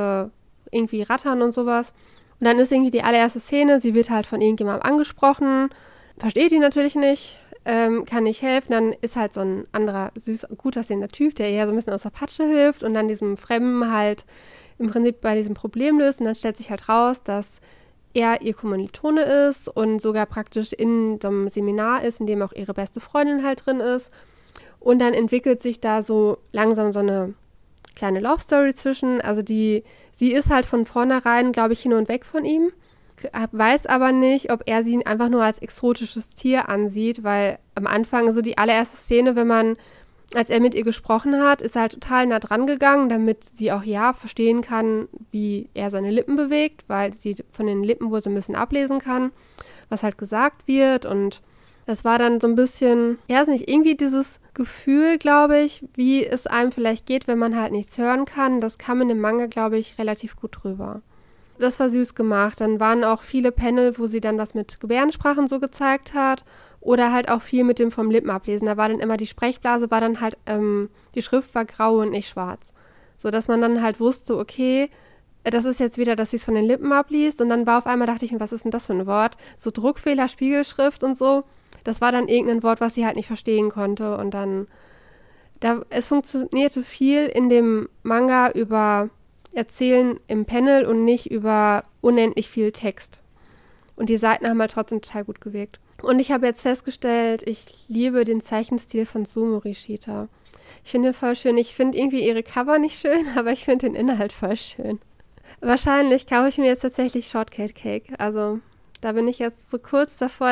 Rattern und sowas. Und dann ist irgendwie die allererste Szene, sie wird halt von irgendjemandem angesprochen, versteht ihn natürlich nicht, kann nicht helfen, dann ist halt so ein anderer, süß, gut aussehender Typ, der eher so ein bisschen aus der Patsche hilft und dann diesem Fremden halt im Prinzip bei diesem Problem löst und dann stellt sich halt raus, dass er ihr Kommilitone ist und sogar praktisch in so einem Seminar ist, in dem auch ihre beste Freundin halt drin ist. Und dann entwickelt sich da so langsam so eine kleine Love Story zwischen. Also sie ist halt von vornherein, glaube ich, hin und weg von ihm, weiß aber nicht, ob er sie einfach nur als exotisches Tier ansieht, weil am Anfang so die allererste Szene, als er mit ihr gesprochen hat, ist er halt total nah dran gegangen, damit sie auch verstehen kann, wie er seine Lippen bewegt, weil sie von den Lippen wohl so ein bisschen ablesen kann, was halt gesagt wird. Und das war dann so ein bisschen, irgendwie dieses Gefühl, glaube ich, wie es einem vielleicht geht, wenn man halt nichts hören kann. Das kam in dem Manga, glaube ich, relativ gut rüber. Das war süß gemacht. Dann waren auch viele Panel, wo sie dann was mit Gebärdensprachen so gezeigt hat. Oder halt auch viel mit dem vom Lippen ablesen. Da war dann immer die Sprechblase, war dann halt, die Schrift war grau und nicht schwarz. So dass man dann halt wusste, okay, das ist jetzt wieder, dass sie es von den Lippen abliest. Und dann war auf einmal, dachte ich mir, was ist denn das für ein Wort? So Druckfehler, Spiegelschrift und so. Das war dann irgendein Wort, was sie halt nicht verstehen konnte. Und dann, es funktionierte viel in dem Manga über Erzählen im Panel und nicht über unendlich viel Text. Und die Seiten haben halt trotzdem total gut gewirkt. Und ich habe jetzt festgestellt, ich liebe den Zeichenstil von Sue Morishita. Ich finde ihn voll schön. Ich finde irgendwie ihre Cover nicht schön, aber ich finde den Inhalt voll schön. Wahrscheinlich kaufe ich mir jetzt tatsächlich Shortcake Cake. Also da bin ich jetzt so kurz davor.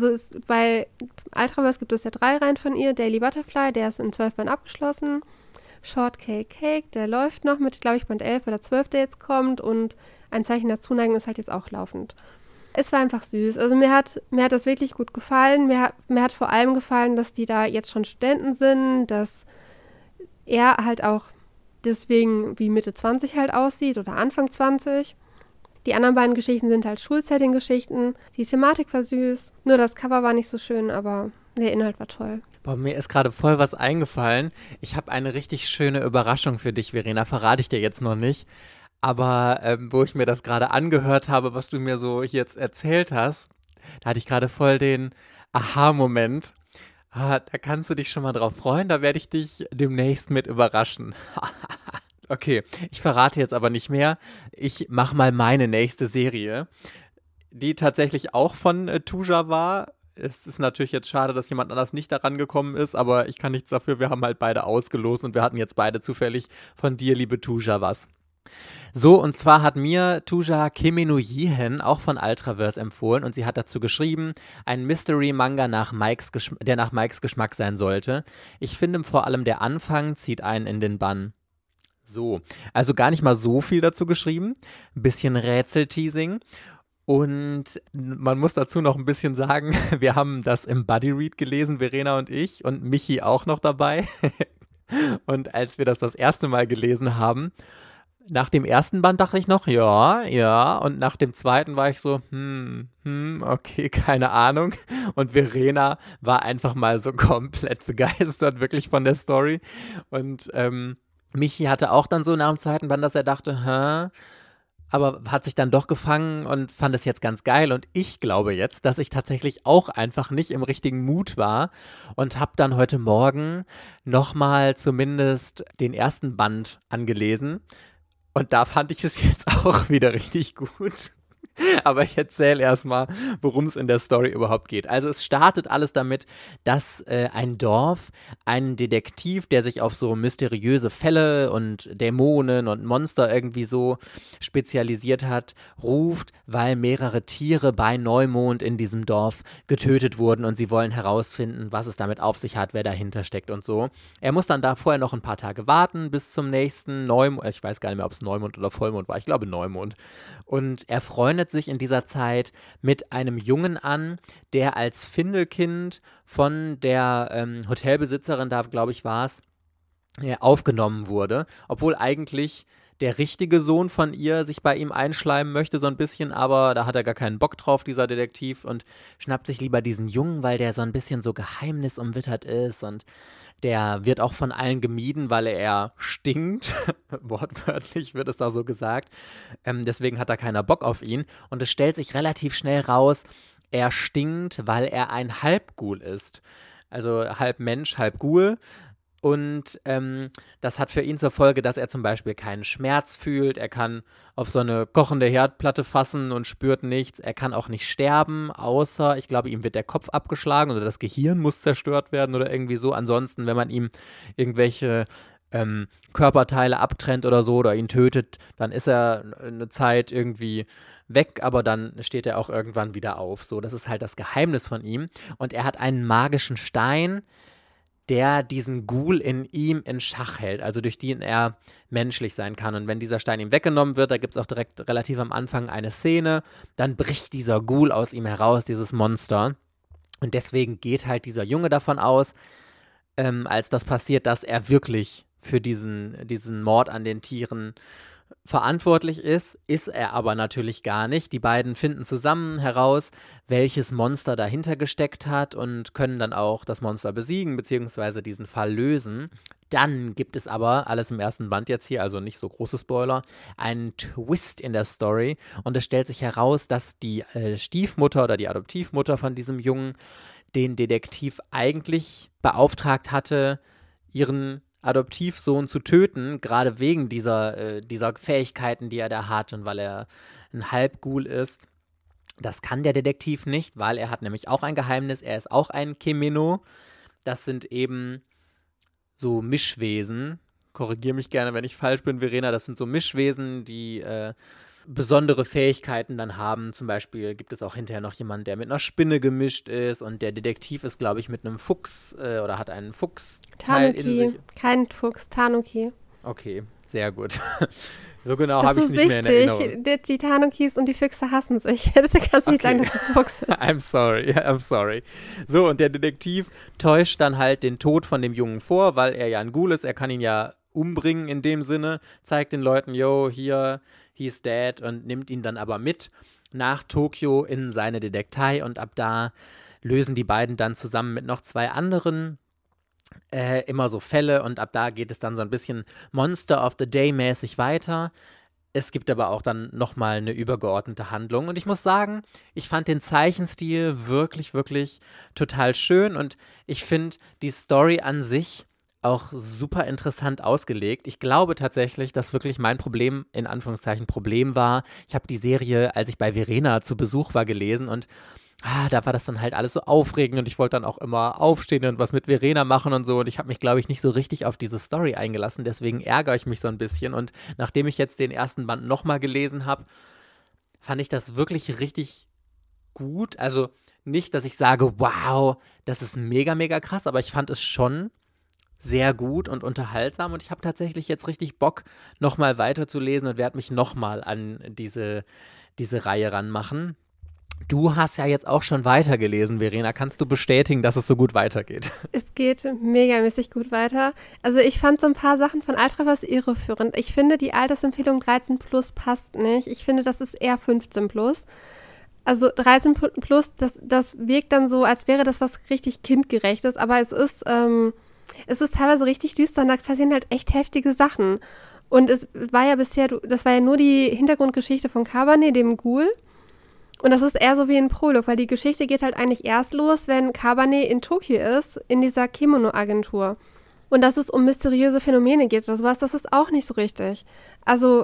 Bei Ultraverse gibt es ja 3 Reihen von ihr. Daily Butterfly, der ist in 12 Bänden abgeschlossen. Shortcake Cake, der läuft noch mit, glaube ich, Band 11 oder 12, der jetzt kommt. Und Ein Zeichen der Zuneigung ist halt jetzt auch laufend. Es war einfach süß. Also mir hat das wirklich gut gefallen. Mir hat vor allem gefallen, dass die da jetzt schon Studenten sind, dass er halt auch deswegen wie Mitte 20 halt aussieht oder Anfang 20. Die anderen beiden Geschichten sind halt Schulsetting-Geschichten. Die Thematik war süß. Nur das Cover war nicht so schön, aber der Inhalt war toll. Boah, mir ist gerade voll was eingefallen. Ich habe eine richtig schöne Überraschung für dich, Verena. Verrate ich dir jetzt noch nicht. Aber wo ich mir das gerade angehört habe, was du mir so jetzt erzählt hast, da hatte ich gerade voll den Aha-Moment. Da kannst du dich schon mal drauf freuen. Da werde ich dich demnächst mit überraschen. Okay, ich verrate jetzt aber nicht mehr. Ich mache mal meine nächste Serie, die tatsächlich auch von Tuja war. Es ist natürlich jetzt schade, dass jemand anders nicht daran gekommen ist, aber ich kann nichts dafür. Wir haben halt beide ausgelost und wir hatten jetzt beide zufällig von dir, liebe Tuja, was. So, und zwar hat mir Tuja Kimi no Jihen auch von Ultraverse empfohlen und sie hat dazu geschrieben, ein Mystery-Manga, der nach Mikes Geschmack sein sollte. Ich finde vor allem der Anfang zieht einen in den Bann. So, also gar nicht mal so viel dazu geschrieben, ein bisschen Rätselteasing. Und man muss dazu noch ein bisschen sagen, wir haben das im Buddy Read gelesen, Verena und ich und Michi auch noch dabei. Und als wir das erste Mal gelesen haben, nach dem ersten Band dachte ich noch, ja, und nach dem zweiten war ich so, okay, keine Ahnung. Und Verena war einfach mal so komplett begeistert, wirklich von der Story. Und Michi hatte auch dann so nach dem zweiten Band, dass er dachte, aber hat sich dann doch gefangen und fand es jetzt ganz geil. Und ich glaube jetzt, dass ich tatsächlich auch einfach nicht im richtigen Mut war und habe dann heute Morgen nochmal zumindest den ersten Band angelesen. Und da fand ich es jetzt auch wieder richtig gut. Aber ich erzähle erstmal, worum es in der Story überhaupt geht. Also es startet alles damit, dass ein Dorf einen Detektiv, der sich auf so mysteriöse Fälle und Dämonen und Monster irgendwie so spezialisiert hat, ruft, weil mehrere Tiere bei Neumond in diesem Dorf getötet wurden und sie wollen herausfinden, was es damit auf sich hat, wer dahinter steckt und so. Er muss dann da vorher noch ein paar Tage warten bis zum nächsten Neumond. Ich weiß gar nicht mehr, ob es Neumond oder Vollmond war. Ich glaube Neumond. Und er freundet sich in dieser Zeit mit einem Jungen an, der als Findelkind von der Hotelbesitzerin, da glaube ich war es, aufgenommen wurde, obwohl eigentlich der richtige Sohn von ihr sich bei ihm einschleimen möchte so ein bisschen, aber da hat er gar keinen Bock drauf, dieser Detektiv, und schnappt sich lieber diesen Jungen, weil der so ein bisschen so geheimnisumwittert ist und der wird auch von allen gemieden, weil er stinkt. Wortwörtlich wird es da so gesagt. Deswegen hat da keiner Bock auf ihn. Und es stellt sich relativ schnell raus, er stinkt, weil er ein Halbghoul ist. Also halb Mensch, halb Ghoul. Und das hat für ihn zur Folge, dass er zum Beispiel keinen Schmerz fühlt. Er kann auf so eine kochende Herdplatte fassen und spürt nichts. Er kann auch nicht sterben, außer, ich glaube, ihm wird der Kopf abgeschlagen oder das Gehirn muss zerstört werden oder irgendwie so. Ansonsten, wenn man ihm irgendwelche Körperteile abtrennt oder so oder ihn tötet, dann ist er eine Zeit irgendwie weg, aber dann steht er auch irgendwann wieder auf. So, das ist halt das Geheimnis von ihm. Und er hat einen magischen Stein, der diesen Ghoul in ihm in Schach hält, also durch den er menschlich sein kann. Und wenn dieser Stein ihm weggenommen wird, da gibt es auch direkt relativ am Anfang eine Szene, dann bricht dieser Ghoul aus ihm heraus, dieses Monster. Und deswegen geht halt dieser Junge davon aus, als das passiert, dass er wirklich für diesen Mord an den Tieren verantwortlich ist er aber natürlich gar nicht. Die beiden finden zusammen heraus, welches Monster dahinter gesteckt hat und können dann auch das Monster besiegen, beziehungsweise diesen Fall lösen. Dann gibt es aber, alles im ersten Band jetzt hier, also nicht so große Spoiler, einen Twist in der Story und es stellt sich heraus, dass die Stiefmutter oder die Adoptivmutter von diesem Jungen den Detektiv eigentlich beauftragt hatte, ihren Adoptivsohn zu töten, gerade wegen dieser Fähigkeiten, die er da hat und weil er ein Halbghoul ist. Das kann der Detektiv nicht, weil er hat nämlich auch ein Geheimnis. Er ist auch ein Kemeno. Das sind eben so Mischwesen. Korrigiere mich gerne, wenn ich falsch bin, Verena. Das sind so Mischwesen, die besondere Fähigkeiten dann haben. Zum Beispiel gibt es auch hinterher noch jemanden, der mit einer Spinne gemischt ist und der Detektiv ist, glaube ich, mit einem Fuchs oder hat einen Fuchsteil in sich. Kein Fuchs, Tanuki. Okay, sehr gut. So genau habe ich es nicht mehr in Erinnerung. Die Tanukis und die Füchse hassen sich. Das kannst du nicht sagen, dass es ein Fuchs ist. I'm sorry. So, und der Detektiv täuscht dann halt den Tod von dem Jungen vor, weil er ja ein Ghoul ist. Er kann ihn ja umbringen in dem Sinne, zeigt den Leuten, yo, hier, he's dead und nimmt ihn dann aber mit nach Tokio in seine Detektei und ab da lösen die beiden dann zusammen mit noch 2 anderen immer so Fälle und ab da geht es dann so ein bisschen Monster of the Day mäßig weiter. Es gibt aber auch dann nochmal eine übergeordnete Handlung und ich muss sagen, ich fand den Zeichenstil wirklich, wirklich total schön und ich finde die Story an sich auch super interessant ausgelegt. Ich glaube tatsächlich, dass wirklich mein Problem, in Anführungszeichen Problem war, ich habe die Serie, als ich bei Verena zu Besuch war, gelesen und da war das dann halt alles so aufregend und ich wollte dann auch immer aufstehen und was mit Verena machen und so und ich habe mich, glaube ich, nicht so richtig auf diese Story eingelassen, deswegen ärgere ich mich so ein bisschen und nachdem ich jetzt den ersten Band nochmal gelesen habe, fand ich das wirklich richtig gut, also nicht, dass ich sage, wow, das ist mega, mega krass, aber ich fand es schon sehr gut und unterhaltsam und ich habe tatsächlich jetzt richtig Bock, nochmal weiterzulesen und werde mich nochmal an diese Reihe ranmachen. Du hast ja jetzt auch schon weitergelesen, Verena. Kannst du bestätigen, dass es so gut weitergeht? Es geht megamäßig gut weiter. Also ich fand so ein paar Sachen von Ultraverse irreführend. Ich finde, die Altersempfehlung 13 plus passt nicht. Ich finde, das ist eher 15 plus. Also 13 plus, das wirkt dann so, als wäre das was richtig kindgerechtes, aber es ist teilweise richtig düster und da passieren halt echt heftige Sachen. Und es war ja bisher, das war ja nur die Hintergrundgeschichte von Kabane, dem Ghoul. Und das ist eher so wie ein Prolog, weil die Geschichte geht halt eigentlich erst los, wenn Kabane in Tokio ist, in dieser Kimono-Agentur. Und dass es um mysteriöse Phänomene geht oder sowas, das ist auch nicht so richtig. Also,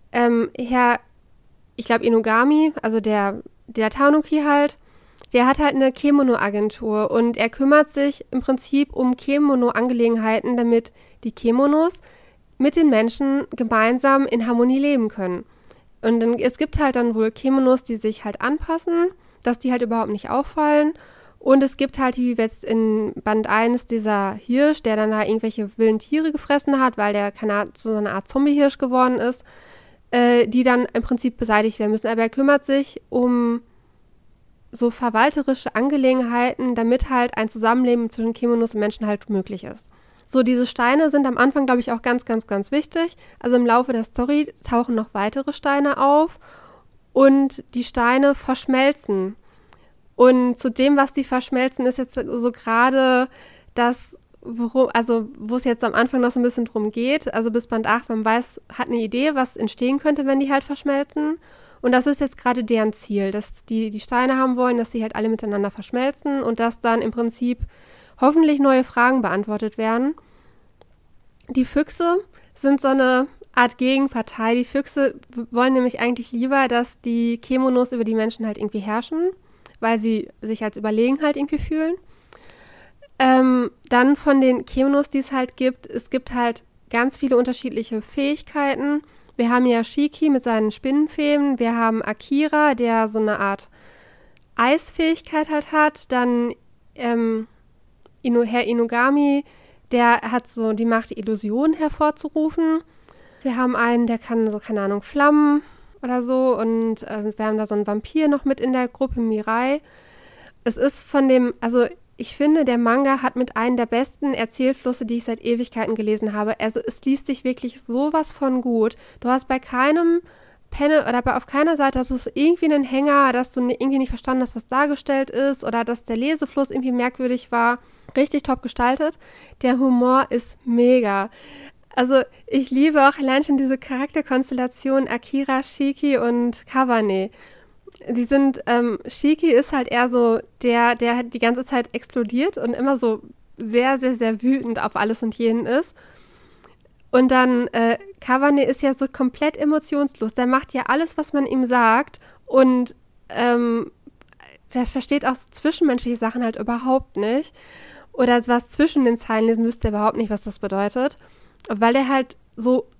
ich glaube Inugami, also der Tanuki halt, der hat halt eine Kimono-Agentur und er kümmert sich im Prinzip um Kimono-Angelegenheiten, damit die Kimonos mit den Menschen gemeinsam in Harmonie leben können. Und es gibt halt dann wohl Kimonos, die sich halt anpassen, dass die halt überhaupt nicht auffallen. Und es gibt halt, wie jetzt in Band 1, dieser Hirsch, der dann da irgendwelche wilden Tiere gefressen hat, weil der zu so einer Art Zombie-Hirsch geworden ist, die dann im Prinzip beseitigt werden müssen. Aber er kümmert sich um so verwalterische Angelegenheiten, damit halt ein Zusammenleben zwischen Kimonos und Menschen halt möglich ist. So, diese Steine sind am Anfang, glaube ich, auch ganz, ganz, ganz wichtig. Also im Laufe der Story tauchen noch weitere Steine auf und die Steine verschmelzen. Und zu dem, was die verschmelzen, ist jetzt so gerade das, wo es jetzt am Anfang noch so ein bisschen drum geht. Also bis Band 8, man hat eine Idee, was entstehen könnte, wenn die halt verschmelzen. Und das ist jetzt gerade deren Ziel, dass die Steine haben wollen, dass sie halt alle miteinander verschmelzen und dass dann im Prinzip hoffentlich neue Fragen beantwortet werden. Die Füchse sind so eine Art Gegenpartei. Die Füchse wollen nämlich eigentlich lieber, dass die Kemonos über die Menschen halt irgendwie herrschen, weil sie sich als überlegen halt irgendwie fühlen. Dann von den Kemonos, die es halt gibt, es gibt halt ganz viele unterschiedliche Fähigkeiten. Wir haben ja Shiki mit seinen Spinnenfäden, wir haben Akira, der so eine Art Eisfähigkeit halt hat, dann Herr Inugami, der hat so die Macht, die Illusion hervorzurufen. Wir haben einen, der kann so, keine Ahnung, Flammen oder so und wir haben da so einen Vampir noch mit in der Gruppe, Mirai. Es ist ich finde, der Manga hat mit einem der besten Erzählflüsse, die ich seit Ewigkeiten gelesen habe. Also es liest sich wirklich sowas von gut. Du hast bei keinem Panel oder auf keiner Seite hast du irgendwie einen Hänger, dass du irgendwie nicht verstanden hast, was dargestellt ist oder dass der Lesefluss irgendwie merkwürdig war. Richtig top gestaltet. Der Humor ist mega. Also ich liebe auch allein schon diese Charakterkonstellation Akira, Shiki und Kabane. Die sind, Shiki ist halt eher so der die ganze Zeit explodiert und immer so sehr, sehr, sehr wütend auf alles und jeden ist. Und dann, Kabane ist ja so komplett emotionslos. Der macht ja alles, was man ihm sagt und der versteht auch so zwischenmenschliche Sachen halt überhaupt nicht. Oder was zwischen den Zeilen lesen, wüsste er überhaupt nicht, was das bedeutet. Weil der halt so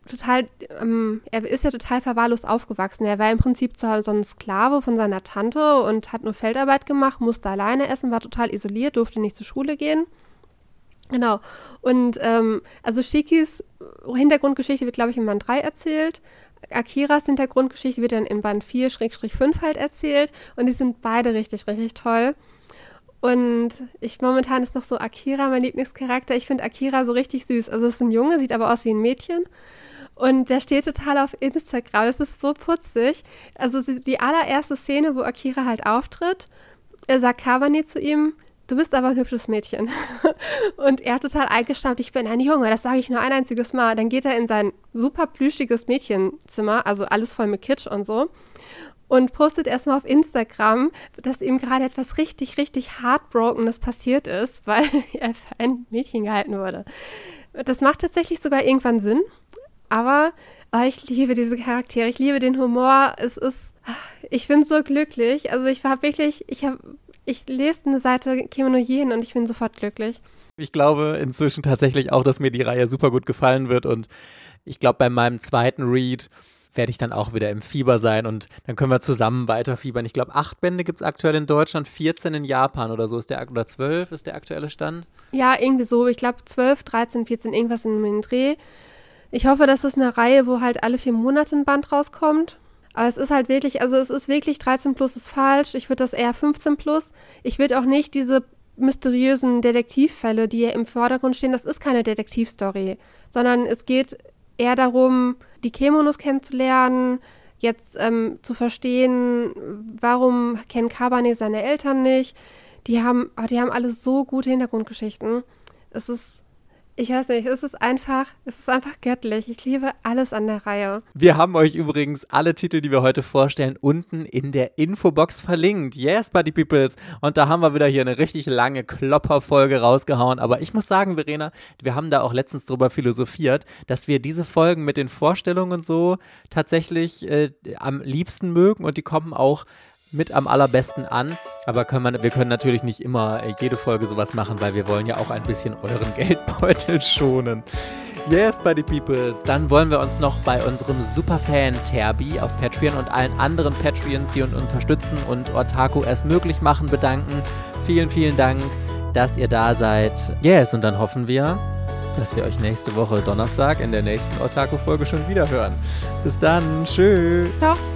er ist ja total verwahrlost aufgewachsen. Er war im Prinzip so ein Sklave von seiner Tante und hat nur Feldarbeit gemacht, musste alleine essen, war total isoliert, durfte nicht zur Schule gehen. Genau. Und also Shikis Hintergrundgeschichte wird, glaube ich, in Band 3 erzählt. Akiras Hintergrundgeschichte wird dann in Band 4/5 halt erzählt. Und die sind beide richtig, richtig toll. Und momentan ist noch so Akira mein Lieblingscharakter. Ich finde Akira so richtig süß. Also es ist ein Junge, sieht aber aus wie ein Mädchen. Und der steht total auf Instagram. Es ist so putzig. Also die allererste Szene, wo Akira halt auftritt, sagt Kawane zu ihm, du bist aber ein hübsches Mädchen. Und er total eingestaunt, ich bin ein Junge, das sage ich nur ein einziges Mal. Dann geht er in sein super plüschiges Mädchenzimmer, also alles voll mit Kitsch und so, und postet erstmal auf Instagram, dass ihm gerade etwas richtig, richtig Heartbrokenes passiert ist, weil er für ein Mädchen gehalten wurde. Das macht tatsächlich sogar irgendwann Sinn, aber ich liebe diese Charaktere, ich liebe den Humor, ich bin so glücklich, also ich lese eine Seite Kemono Yen und ich bin sofort glücklich. Ich glaube inzwischen tatsächlich auch, dass mir die Reihe super gut gefallen wird und ich glaube, bei meinem zweiten Read werde ich dann auch wieder im Fieber sein und dann können wir zusammen weiterfiebern. Ich glaube, 8 Bände gibt es aktuell in Deutschland, 14 in Japan oder so oder 12 ist der aktuelle Stand. Ja, irgendwie so. Ich glaube 12, 13, 14, irgendwas in dem Dreh. Ich hoffe, das ist eine Reihe, wo halt alle 4 Monate ein Band rauskommt. Aber es ist halt wirklich, also es ist wirklich 13 plus ist falsch. Ich würde das eher 15 plus. Ich würde auch nicht diese mysteriösen Detektivfälle, die hier im Vordergrund stehen, das ist keine Detektivstory, sondern es geht eher darum, die Kemonos kennenzulernen, jetzt zu verstehen, warum kennt Kawane seine Eltern nicht. Die haben alle so gute Hintergrundgeschichten. Ich weiß nicht, es ist einfach göttlich. Ich liebe alles an der Reihe. Wir haben euch übrigens alle Titel, die wir heute vorstellen, unten in der Infobox verlinkt. Yes, Buddy Peoples. Und da haben wir wieder hier eine richtig lange Klopperfolge rausgehauen. Aber ich muss sagen, Verena, wir haben da auch letztens drüber philosophiert, dass wir diese Folgen mit den Vorstellungen und so tatsächlich am liebsten mögen und die kommen auch mit am allerbesten an, aber wir können natürlich nicht immer jede Folge sowas machen, weil wir wollen ja auch ein bisschen euren Geldbeutel schonen. Yes, Buddy Peoples, dann wollen wir uns noch bei unserem Superfan Terbi auf Patreon und allen anderen Patreons, die uns unterstützen und Otaku erst möglich machen, bedanken. Vielen, vielen Dank, dass ihr da seid. Yes, und dann hoffen wir, dass wir euch nächste Woche Donnerstag in der nächsten Otaku-Folge schon wieder hören. Bis dann, tschüss. Ciao.